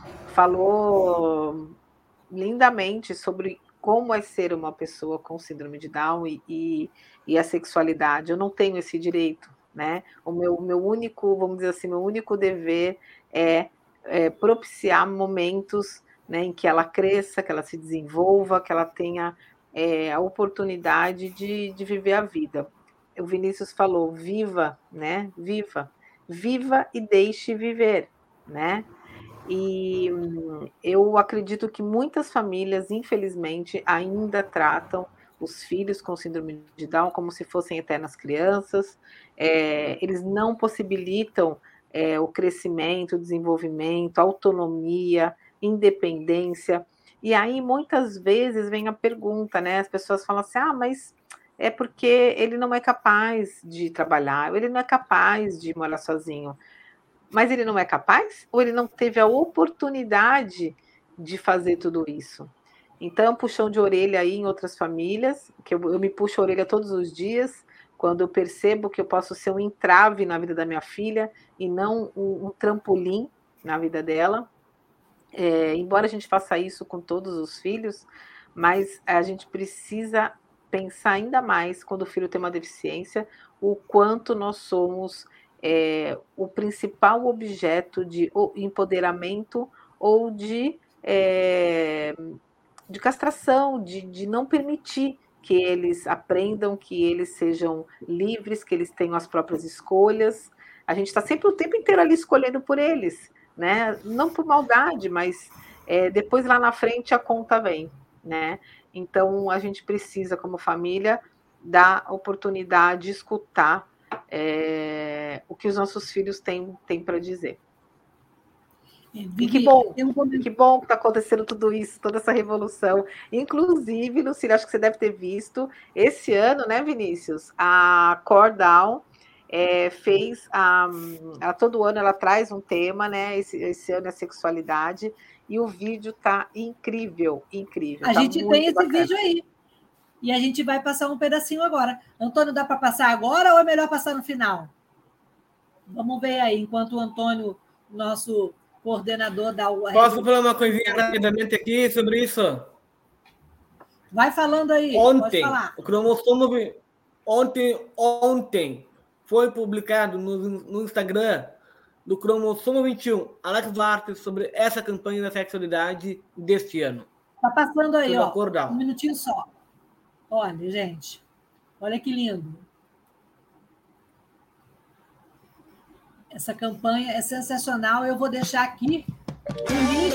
falou lindamente sobre como é ser uma pessoa com síndrome de Down e, e, e a sexualidade. Eu não tenho esse direito, né? O meu, meu único, vamos dizer assim, meu único dever é, é propiciar momentos, né, em que ela cresça, que ela se desenvolva, que ela tenha é, a oportunidade de, de viver a vida. O Vinícius falou, viva, né? Viva, viva e deixe viver, né? E eu acredito que muitas famílias, infelizmente, ainda tratam os filhos com síndrome de Down como se fossem eternas crianças. É, eles não possibilitam é, o crescimento, o desenvolvimento, a autonomia, independência. E aí, muitas vezes, vem a pergunta, né? As pessoas falam assim, ah, mas é porque ele não é capaz de trabalhar, ele não é capaz de morar sozinho. Mas ele não é capaz? Ou ele não teve a oportunidade de fazer tudo isso? Então, puxão de orelha aí em outras famílias, que eu, eu me puxo a orelha todos os dias, quando eu percebo que eu posso ser um entrave na vida da minha filha e não um, um trampolim na vida dela. É, embora a gente faça isso com todos os filhos, mas a gente precisa pensar ainda mais, quando o filho tem uma deficiência, o quanto nós somos é, o principal objeto de empoderamento ou de é, de castração, de, de não permitir que eles aprendam, que eles sejam livres, que eles tenham as próprias escolhas. A gente está sempre o tempo inteiro ali escolhendo por eles, né? Não por maldade, mas é, depois lá na frente a conta vem, né? Então a gente precisa, como família, dar oportunidade de escutar é, o que os nossos filhos têm, têm para dizer. É, E Vivi, que bom, tem um comentário. que bom que está acontecendo tudo isso, toda essa revolução. Inclusive, Lucília, acho que você deve ter visto, esse ano, né, Vinícius, a Core Down é, fez, a, ela, todo ano ela traz um tema, né, esse, esse ano é sexualidade, e o vídeo tá incrível, incrível, A tá gente muito tem esse bacana. vídeo aí. E a gente vai passar um pedacinho agora. Antônio, dá para passar agora ou é melhor passar no final? Vamos ver aí, enquanto o Antônio, nosso coordenador da U R. Posso falar uma coisinha rapidamente aqui sobre isso? Vai falando aí, ontem, pode falar. O cromossomo ontem, ontem foi publicado no, no Instagram do cromossomo vinte e um, Alex Duarte, sobre essa campanha da sexualidade deste ano. Está passando aí, ó, Acordar. um minutinho só. Olha, gente, olha que lindo. Essa campanha é sensacional. Eu vou deixar aqui o link.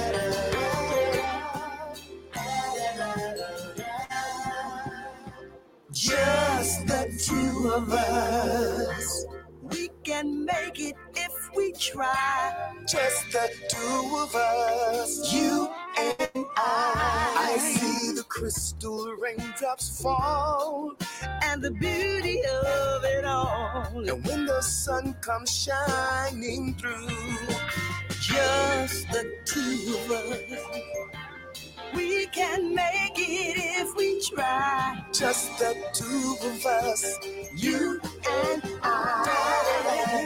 Just the two of us. We can make it if we try. Just the two of us. You and I. I see the crystal raindrops fall, and the beauty of it all. And when the sun comes shining through, just the two of us. We can make it if we try. Just the two of us, you and I.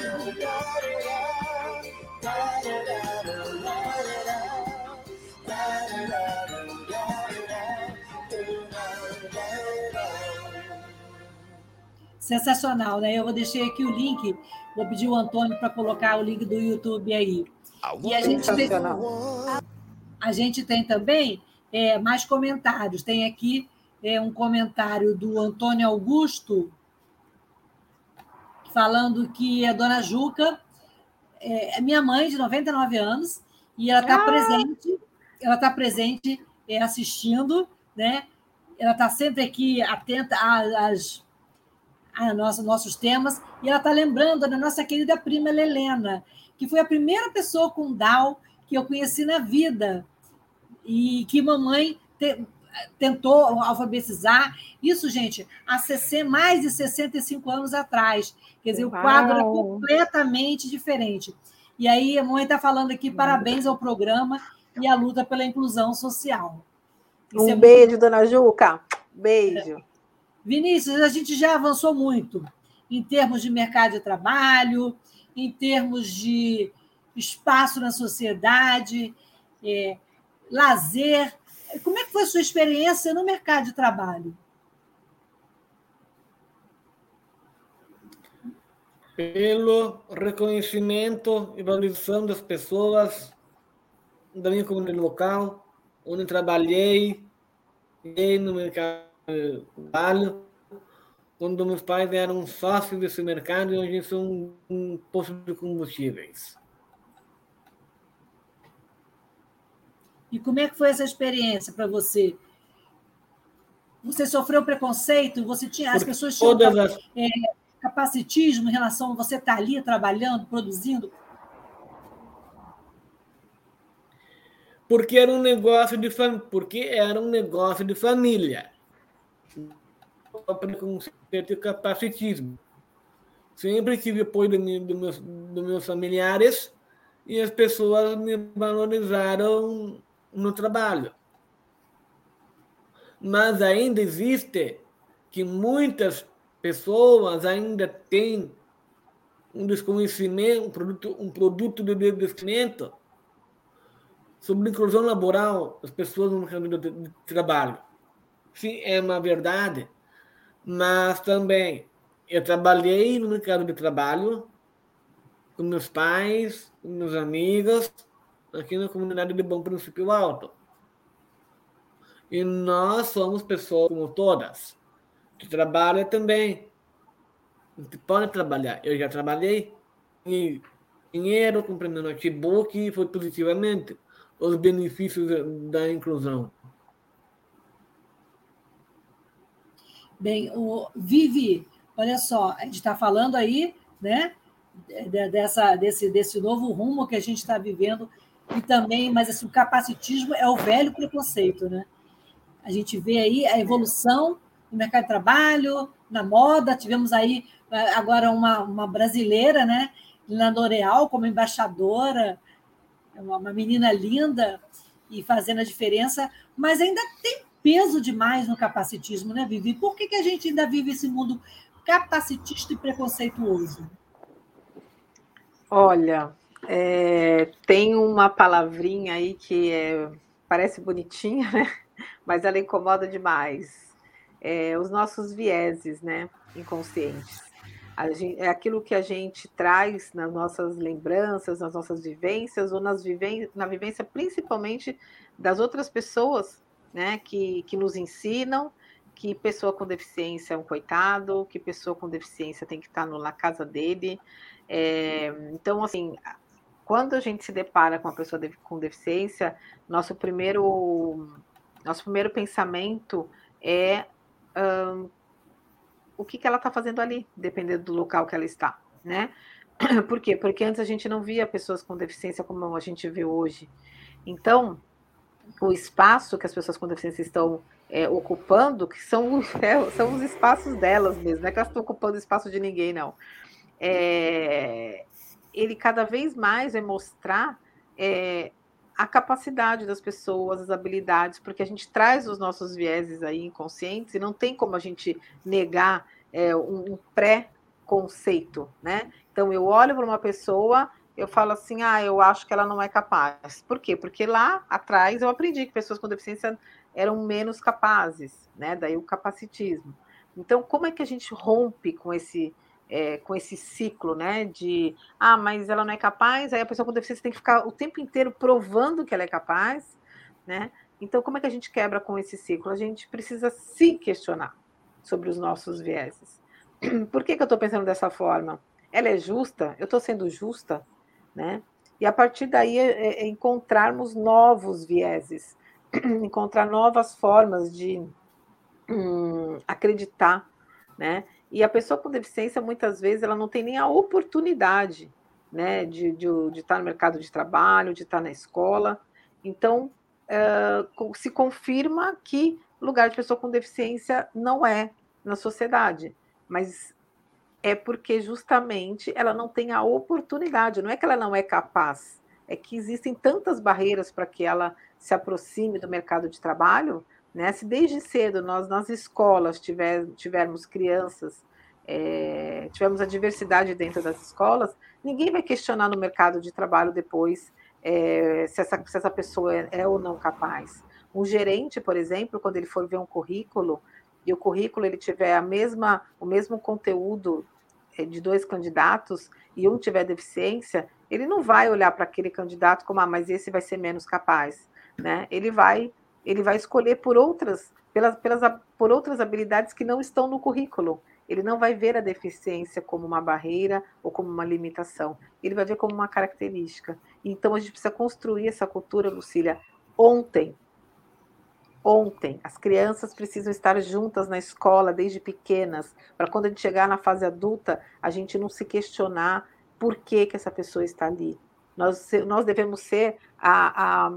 Sensacional, né? Eu vou deixar aqui o link, vou pedir o Antônio para colocar o link do YouTube aí. E a gente tem, a gente tem também é, mais comentários. Tem aqui é, um comentário do Antônio Augusto, falando que a dona Juca é minha mãe, de noventa e nove anos, e ela está ah. presente, ela está presente é, assistindo, né? Ela está sempre aqui atenta às, a nossa, nossos temas, e ela está lembrando da nossa querida prima Helena, que foi a primeira pessoa com Down que eu conheci na vida, e que mamãe te, tentou alfabetizar. Isso, gente, há mais de sessenta e cinco anos atrás. Quer dizer, Uau. O quadro é completamente diferente. E aí a mãe está falando aqui, parabéns ao programa e à luta pela inclusão social. Isso um é beijo, muito... dona Juca. Beijo. Vinícius, a gente já avançou muito em termos de mercado de trabalho, em termos de espaço na sociedade, é, lazer. Como é que foi a sua experiência no mercado de trabalho? Pelo reconhecimento e valorização das pessoas da minha comunidade local, onde trabalhei no mercado de trabalho, quando meus pais eram sócios desse mercado e hoje são um posto de combustíveis. E como é que foi essa experiência para você? Você sofreu preconceito? Você tinha, as pessoas tinham as... é, capacitismo em relação a você estar ali trabalhando, produzindo? Porque era um negócio de fam... porque era um negócio de família. Preconceito e capacitismo. Sempre tive apoio dos meus, dos meus familiares e as pessoas me valorizaram no trabalho. Mas ainda existe que muitas pessoas ainda têm um desconhecimento, um produto, um produto de desconhecimento sobre a inclusão laboral das pessoas no mercado de trabalho. Sim, é uma verdade, mas também eu trabalhei no mercado de trabalho com meus pais, com meus amigos, aqui na comunidade de Bom Princípio Alto. E nós somos pessoas como todas, que trabalham também. A gente pode trabalhar. Eu já trabalhei em dinheiro, comprei meu notebook e foi positivamente os benefícios da inclusão. Bem, o Vivi, olha só, a gente está falando aí, né, dessa, desse, desse novo rumo que a gente está vivendo, e também, mas assim, o capacitismo é o velho preconceito, né? A gente vê aí a evolução no mercado de trabalho, na moda, tivemos aí agora uma, uma brasileira, né, na L'Oréal, como embaixadora, uma, uma menina linda e fazendo a diferença, mas ainda tem peso demais no capacitismo, né, Vivi? Por que, que a gente ainda vive esse mundo capacitista e preconceituoso? Olha, é, tem uma palavrinha aí que é, parece bonitinha, né? Mas ela incomoda demais. É, os nossos vieses, né, inconscientes. A gente, é aquilo que a gente traz nas nossas lembranças, nas nossas vivências, ou nas viven na vivência principalmente das outras pessoas, né, que, que nos ensinam que pessoa com deficiência é um coitado, que pessoa com deficiência tem que estar no, na casa dele. É, então, assim, quando a gente se depara com uma pessoa de, com deficiência, nosso primeiro, nosso primeiro pensamento é hum, o que, que ela está fazendo ali, dependendo do local que ela está, né? Por quê? Porque antes a gente não via pessoas com deficiência como a gente vê hoje. Então, o espaço que as pessoas com deficiência estão é, ocupando, que são, é, são os espaços delas mesmo, não é que elas estão ocupando o espaço de ninguém, não. É, ele cada vez mais vai mostrar é, a capacidade das pessoas, as habilidades, porque a gente traz os nossos vieses aí inconscientes e não tem como a gente negar é, um, um pré-conceito, né? Então eu olho para uma pessoa, eu falo assim, ah, eu acho que ela não é capaz. Por quê? Porque lá atrás eu aprendi que pessoas com deficiência eram menos capazes, né? Daí o capacitismo. Então, como é que a gente rompe com esse É, com esse ciclo, né, de, ah, mas ela não é capaz, aí a pessoa com deficiência tem que ficar o tempo inteiro provando que ela é capaz, né? Então, como é que a gente quebra com esse ciclo? A gente precisa se questionar sobre os nossos vieses. Por que que eu estou pensando dessa forma? Ela é justa? Eu estou sendo justa? Né? E a partir daí é, é encontrarmos novos vieses, encontrar novas formas de hum, acreditar, né? E a pessoa com deficiência, muitas vezes, ela não tem nem a oportunidade, né, de, de, de estar no mercado de trabalho, de estar na escola. Então, uh, se confirma que lugar de pessoa com deficiência não é na sociedade, mas é porque justamente ela não tem a oportunidade, não é que ela não é capaz, é que existem tantas barreiras para que ela se aproxime do mercado de trabalho, né? Se desde cedo nós nas escolas tiver, tivermos crianças, é, tivermos a diversidade dentro das escolas, ninguém vai questionar no mercado de trabalho depois é, se, essa, se essa pessoa é, é ou não capaz. Um gerente, por exemplo, quando ele for ver um currículo, e o currículo ele tiver a mesma, o mesmo conteúdo de dois candidatos e um tiver deficiência, ele não vai olhar para aquele candidato como, ah, mas esse vai ser menos capaz, né? Ele vai ele vai escolher por outras, pelas, pelas, por outras habilidades que não estão no currículo. Ele não vai ver a deficiência como uma barreira ou como uma limitação. Ele vai ver como uma característica. Então, a gente precisa construir essa cultura, Lucília, ontem. Ontem. As crianças precisam estar juntas na escola desde pequenas, para quando a gente chegar na fase adulta, a gente não se questionar por que, que essa pessoa está ali. Nós, nós devemos ser a... a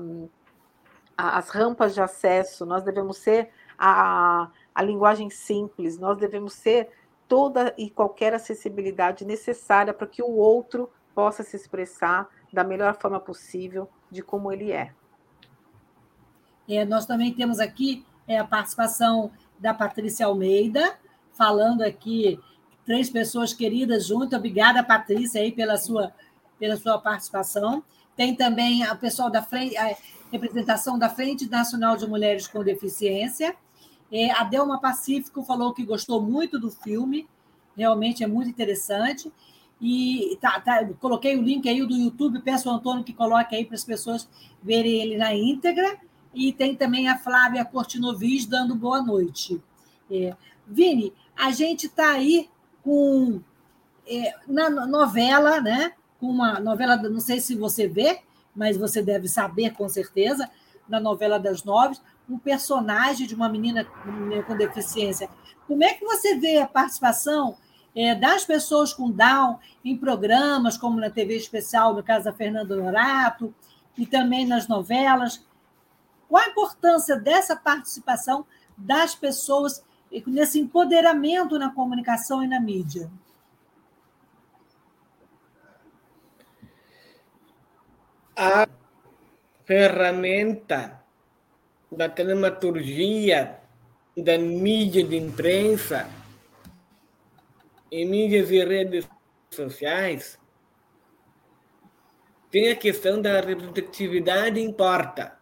as rampas de acesso, nós devemos ser a, a linguagem simples, nós devemos ser toda e qualquer acessibilidade necessária para que o outro possa se expressar da melhor forma possível de como ele é. É, nós também temos aqui é, a participação da Patrícia Almeida, falando aqui, três pessoas queridas juntas. Obrigada, Patrícia, aí, pela, sua, pela sua participação. Tem também o pessoal da frente... A, representação da Frente Nacional de Mulheres com Deficiência. É, a Delma Pacífico falou que gostou muito do filme, realmente é muito interessante. E tá, tá, coloquei o link aí do YouTube, peço ao Antônio que coloque aí para as pessoas verem ele na íntegra. E tem também a Flávia Cortinovis dando boa noite. É, Vini, a gente está aí com é, na novela, né? Com uma novela, não sei se você vê, mas você deve saber com certeza, na novela das nove, um personagem de uma menina com deficiência. Como é que você vê a participação é, das pessoas com Down em programas, como na T V Especial, no caso da Fernanda Norato, e também nas novelas? Qual a importância dessa participação das pessoas nesse empoderamento na comunicação e na mídia? A ferramenta da telematurgia, da mídia de imprensa, em mídias e redes sociais, tem a questão da representatividade importa.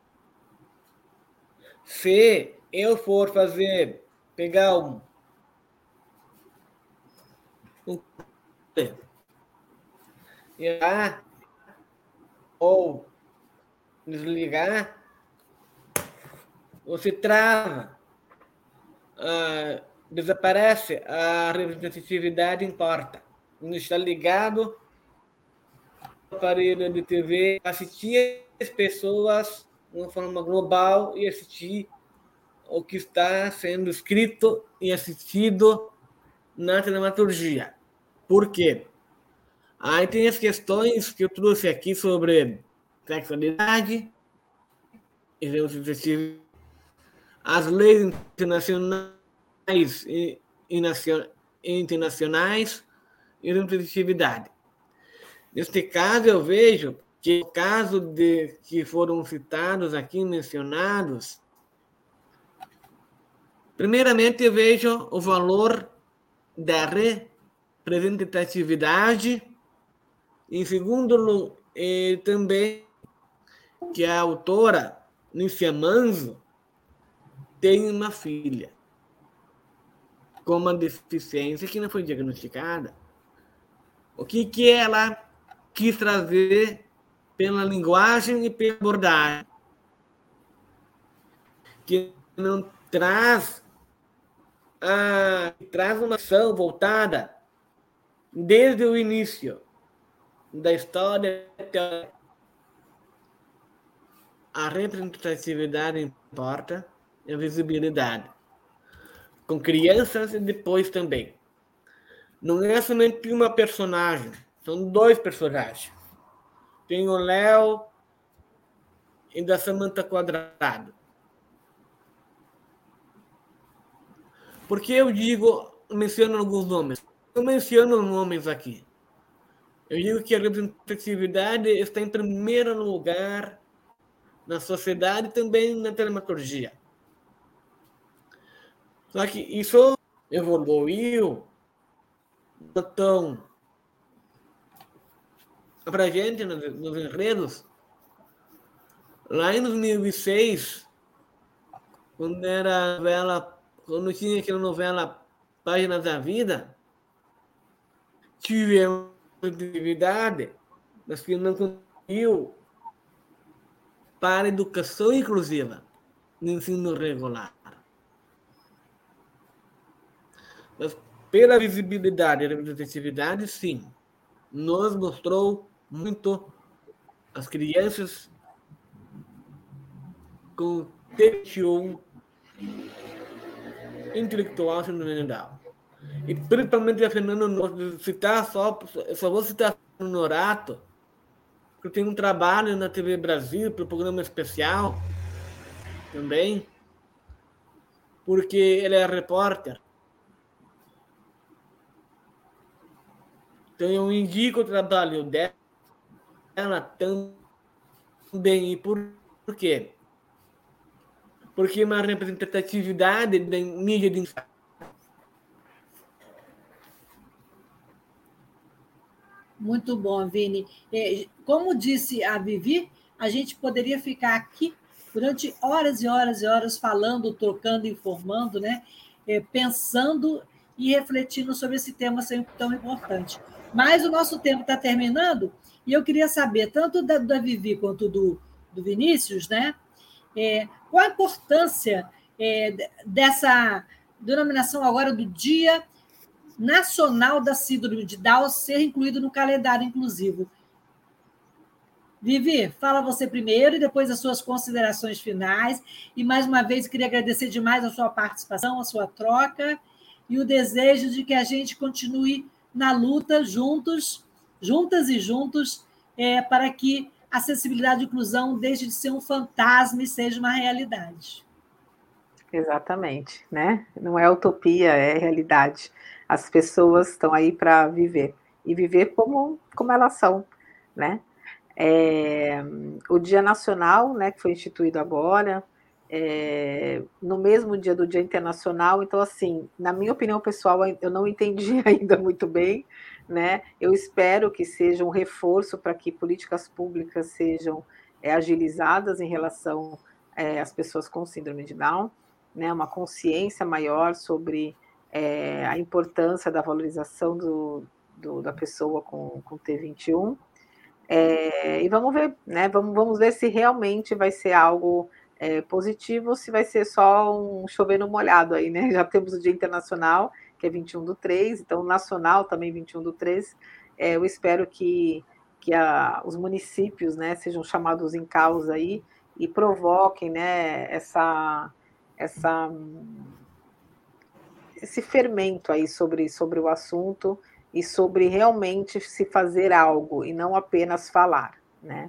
Se eu for fazer, pegar um, um e lá, ou desligar, você trava, ah, desaparece a representatividade importa. Não está ligado ao aparelho de T V, assistir as pessoas de uma forma global e assistir o que está sendo escrito e assistido na telematurgia. Por quê? Aí tem as questões que eu trouxe aqui sobre sexualidade, as leis internacionais e, e internacionais e representatividade. Neste caso, eu vejo que o caso de que foram citados aqui, mencionados, primeiramente eu vejo o valor da representatividade, em segundo lugar, também que a autora, Nícia Manzo, tem uma filha com uma deficiência que não foi diagnosticada. O que, que ela quis trazer pela linguagem e pela abordagem? Que não traz, a, traz uma ação voltada desde o início da história até a representatividade importa e a visibilidade. Com crianças e depois também. Não é somente uma personagem, são dois personagens. Tem o Léo e da Samantha Quadrado. Por que eu digo, menciono alguns nomes? Eu menciono nomes aqui. Eu digo que a representatividade está em primeiro lugar na sociedade e também na telematurgia. Só que isso evoluiu tão para a gente nos, nos enredos. Lá em dois mil e seis, quando era novela, quando tinha aquela novela Páginas da Vida, tivemos atividade, mas que não conseguiu para a educação inclusiva no ensino regular. Mas pela visibilidade e representatividade, sim, nos mostrou muito as crianças com T vinte e um intelectual sentimental. E principalmente a Fernanda Norato, citar só, só vou citar o Norato, que tem um trabalho na T V Brasil, para o programa especial também, porque ele é repórter. Então eu indico o trabalho dela também. E por quê? Porque uma representatividade da mídia de Muito bom, Vini. Como disse a Vivi, a gente poderia ficar aqui durante horas e horas e horas falando, trocando, informando, né? Pensando e refletindo sobre esse tema sempre tão importante. Mas o nosso tempo está terminando e eu queria saber, tanto da, da Vivi quanto do, do Vinícius, né? É, qual a importância é, dessa denominação agora do Dia Nacional da Síndrome de Down ser incluído no calendário inclusivo? Vivi, fala você primeiro e depois as suas considerações finais. E, mais uma vez, queria agradecer demais a sua participação, a sua troca e o desejo de que a gente continue na luta juntos, juntas e juntos, é, para que a acessibilidade e inclusão deixe de ser um fantasma e seja uma realidade. Exatamente, né? Não é utopia, é realidade. As pessoas estão aí para viver, e viver como, como elas são, né? É, o Dia Nacional, né, que foi instituído agora, é, no mesmo dia do Dia Internacional, então, assim, na minha opinião pessoal, eu não entendi ainda muito bem, né? Eu espero que seja um reforço para que políticas públicas sejam é, agilizadas em relação é, às pessoas com síndrome de Down, né? Uma consciência maior sobre é, a importância da valorização do, do, da pessoa com, com T vinte e um. É, e vamos ver, né? Vamos, vamos ver se realmente vai ser algo é, positivo ou se vai ser só um chover no molhado aí, né? Já temos o Dia Internacional, que é vinte e um do três, então o Nacional também vinte e um do três. É, eu espero que, que a, os municípios, né, sejam chamados em causa aí e provoquem, né, essa, essa, esse fermento aí sobre, sobre o assunto e sobre realmente se fazer algo e não apenas falar, né?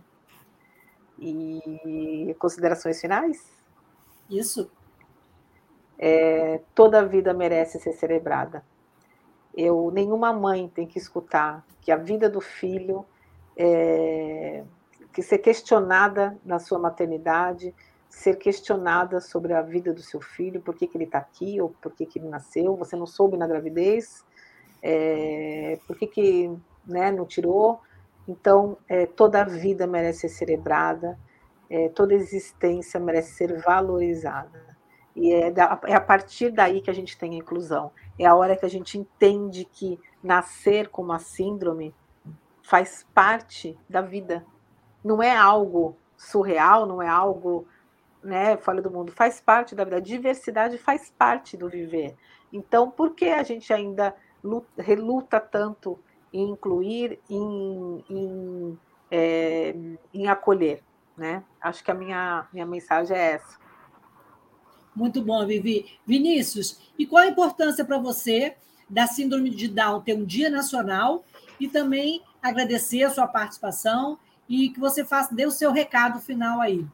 E considerações finais? Isso. É, toda vida merece ser celebrada. Eu, nenhuma mãe tem que escutar que a vida do filho é, que ser questionada na sua maternidade, ser questionada sobre a vida do seu filho, por que, que ele está aqui, ou por que, que ele nasceu, você não soube na gravidez, é, por que, que né, não tirou. Então, é, toda a vida merece ser celebrada, é, toda existência merece ser valorizada. E é, da, é a partir daí que a gente tem a inclusão. É a hora que a gente entende que nascer com uma síndrome faz parte da vida. Não é algo surreal, não é algo, né, fora do mundo. Faz parte da vida. A diversidade faz parte do viver. Então, por que a gente ainda luta, reluta tanto em incluir, em, em, é, em acolher? Né? Acho que a minha, minha mensagem é essa. Muito bom, Vivi. Vinícius, e qual a importância para você da Síndrome de Down ter um dia nacional e também agradecer a sua participação e que você faça, dê o seu recado final aí.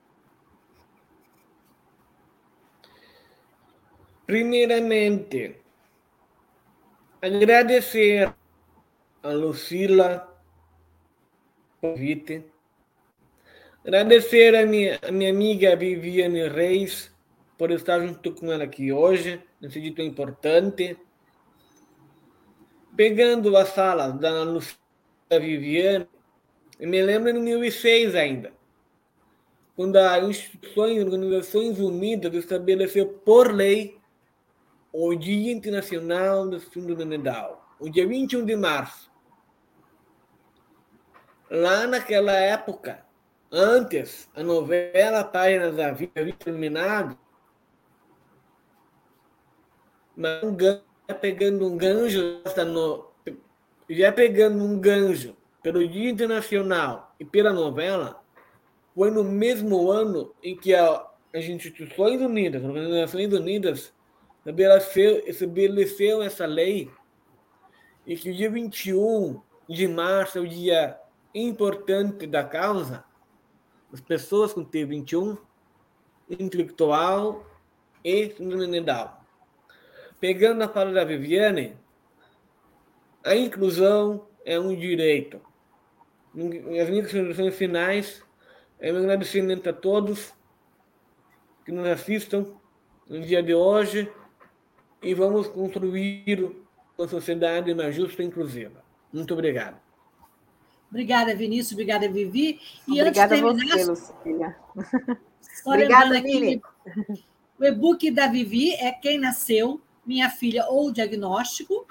Primeiramente, agradecer a Lucila pelo convite, agradecer a minha, a minha amiga Viviane Reis por estar junto com ela aqui hoje, nesse dia tão importante. Pegando a sala da Lucila Viviane, eu me lembro em dois mil e seis ainda, quando as instituições, Organizações Unidas estabeleceu por lei o Dia Internacional da Síndrome de Down, o dia vinte e um de março. Lá naquela época, antes, a novela Páginas da Vida havia terminado, mas um gancho, pegando um gancho, já pegando um gancho pelo Dia Internacional e pela novela, foi no mesmo ano em que a, as instituições unidas, as Organizações Unidas, estabeleceu, estabeleceu essa lei, e que o dia vinte e um de março é o dia importante da causa das pessoas com T vinte e um, intelectual e síndrome de Down. Pegando a fala da Viviane, a inclusão é um direito. As minhas considerações finais é um agradecimento a todos que nos assistam no dia de hoje e vamos construir uma sociedade mais justa e inclusiva. Muito obrigado. Obrigada, Vinícius. Obrigada, Vivi. E Obrigada antes de terminar, a você, Lucília. só Obrigada, lembrando aqui, Miri. o e-book da Vivi é Quem Nasceu, Minha Filha ou Diagnóstico.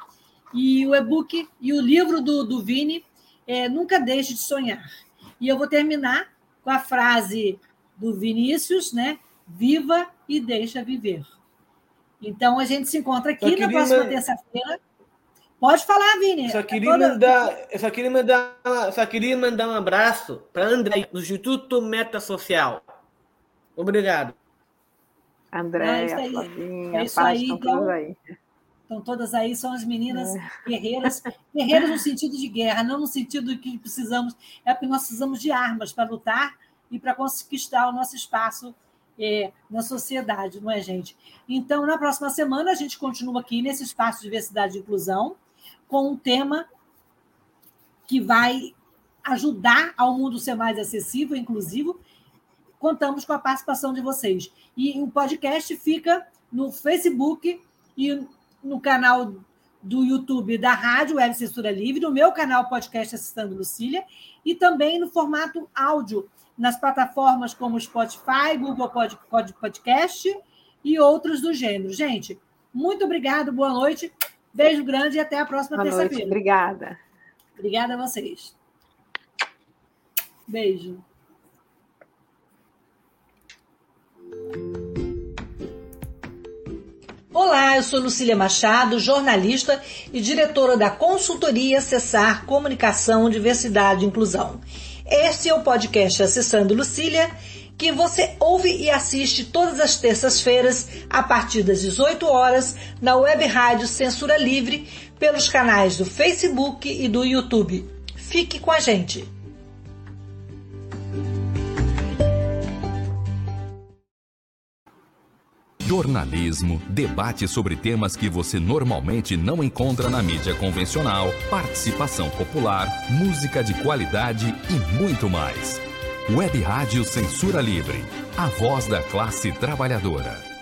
E o e-book e o livro do, do Vini é Nunca Deixe de Sonhar. E eu vou terminar com a frase do Vinícius, né? Viva e deixa viver. Então, a gente se encontra aqui na próxima man... terça-feira. Pode falar, Vini. Só queria, toda... mandar, só queria, mandar, só queria mandar um abraço para André, do Instituto Meta Social. Obrigado. André, ah, Flavinha, é isso aí, estão então, todas aí. Estão todas aí, são as meninas é. guerreiras, guerreiras no sentido de guerra, não no sentido de que precisamos, é porque nós precisamos de armas para lutar e para conquistar o nosso espaço é, na sociedade, não é, gente? Então, na próxima semana, a gente continua aqui nesse espaço de diversidade e inclusão, com um tema que vai ajudar ao mundo ser mais acessível e inclusivo. Contamos com a participação de vocês. E o podcast fica no Facebook e no canal do YouTube da Rádio Web Censura Livre, no meu canal Podcast Assistando Lucília, e também no formato áudio, nas plataformas como Spotify, Google Podcast e outros do gênero. Gente, muito obrigada, boa noite, beijo grande e até a próxima terça-feira. Obrigada. Obrigada a vocês. Beijo. Olá, eu sou Lucília Machado, jornalista e diretora da consultoria Acessar Comunicação, Diversidade e Inclusão. Este é o podcast Acessando Lucília, que você ouve e assiste todas as terças-feiras, a partir das dezoito horas, na Web Rádio Censura Livre, pelos canais do Facebook e do YouTube. Fique com a gente! Jornalismo, debate sobre temas que você normalmente não encontra na mídia convencional, participação popular, música de qualidade e muito mais. Web Rádio Censura Livre, a voz da classe trabalhadora.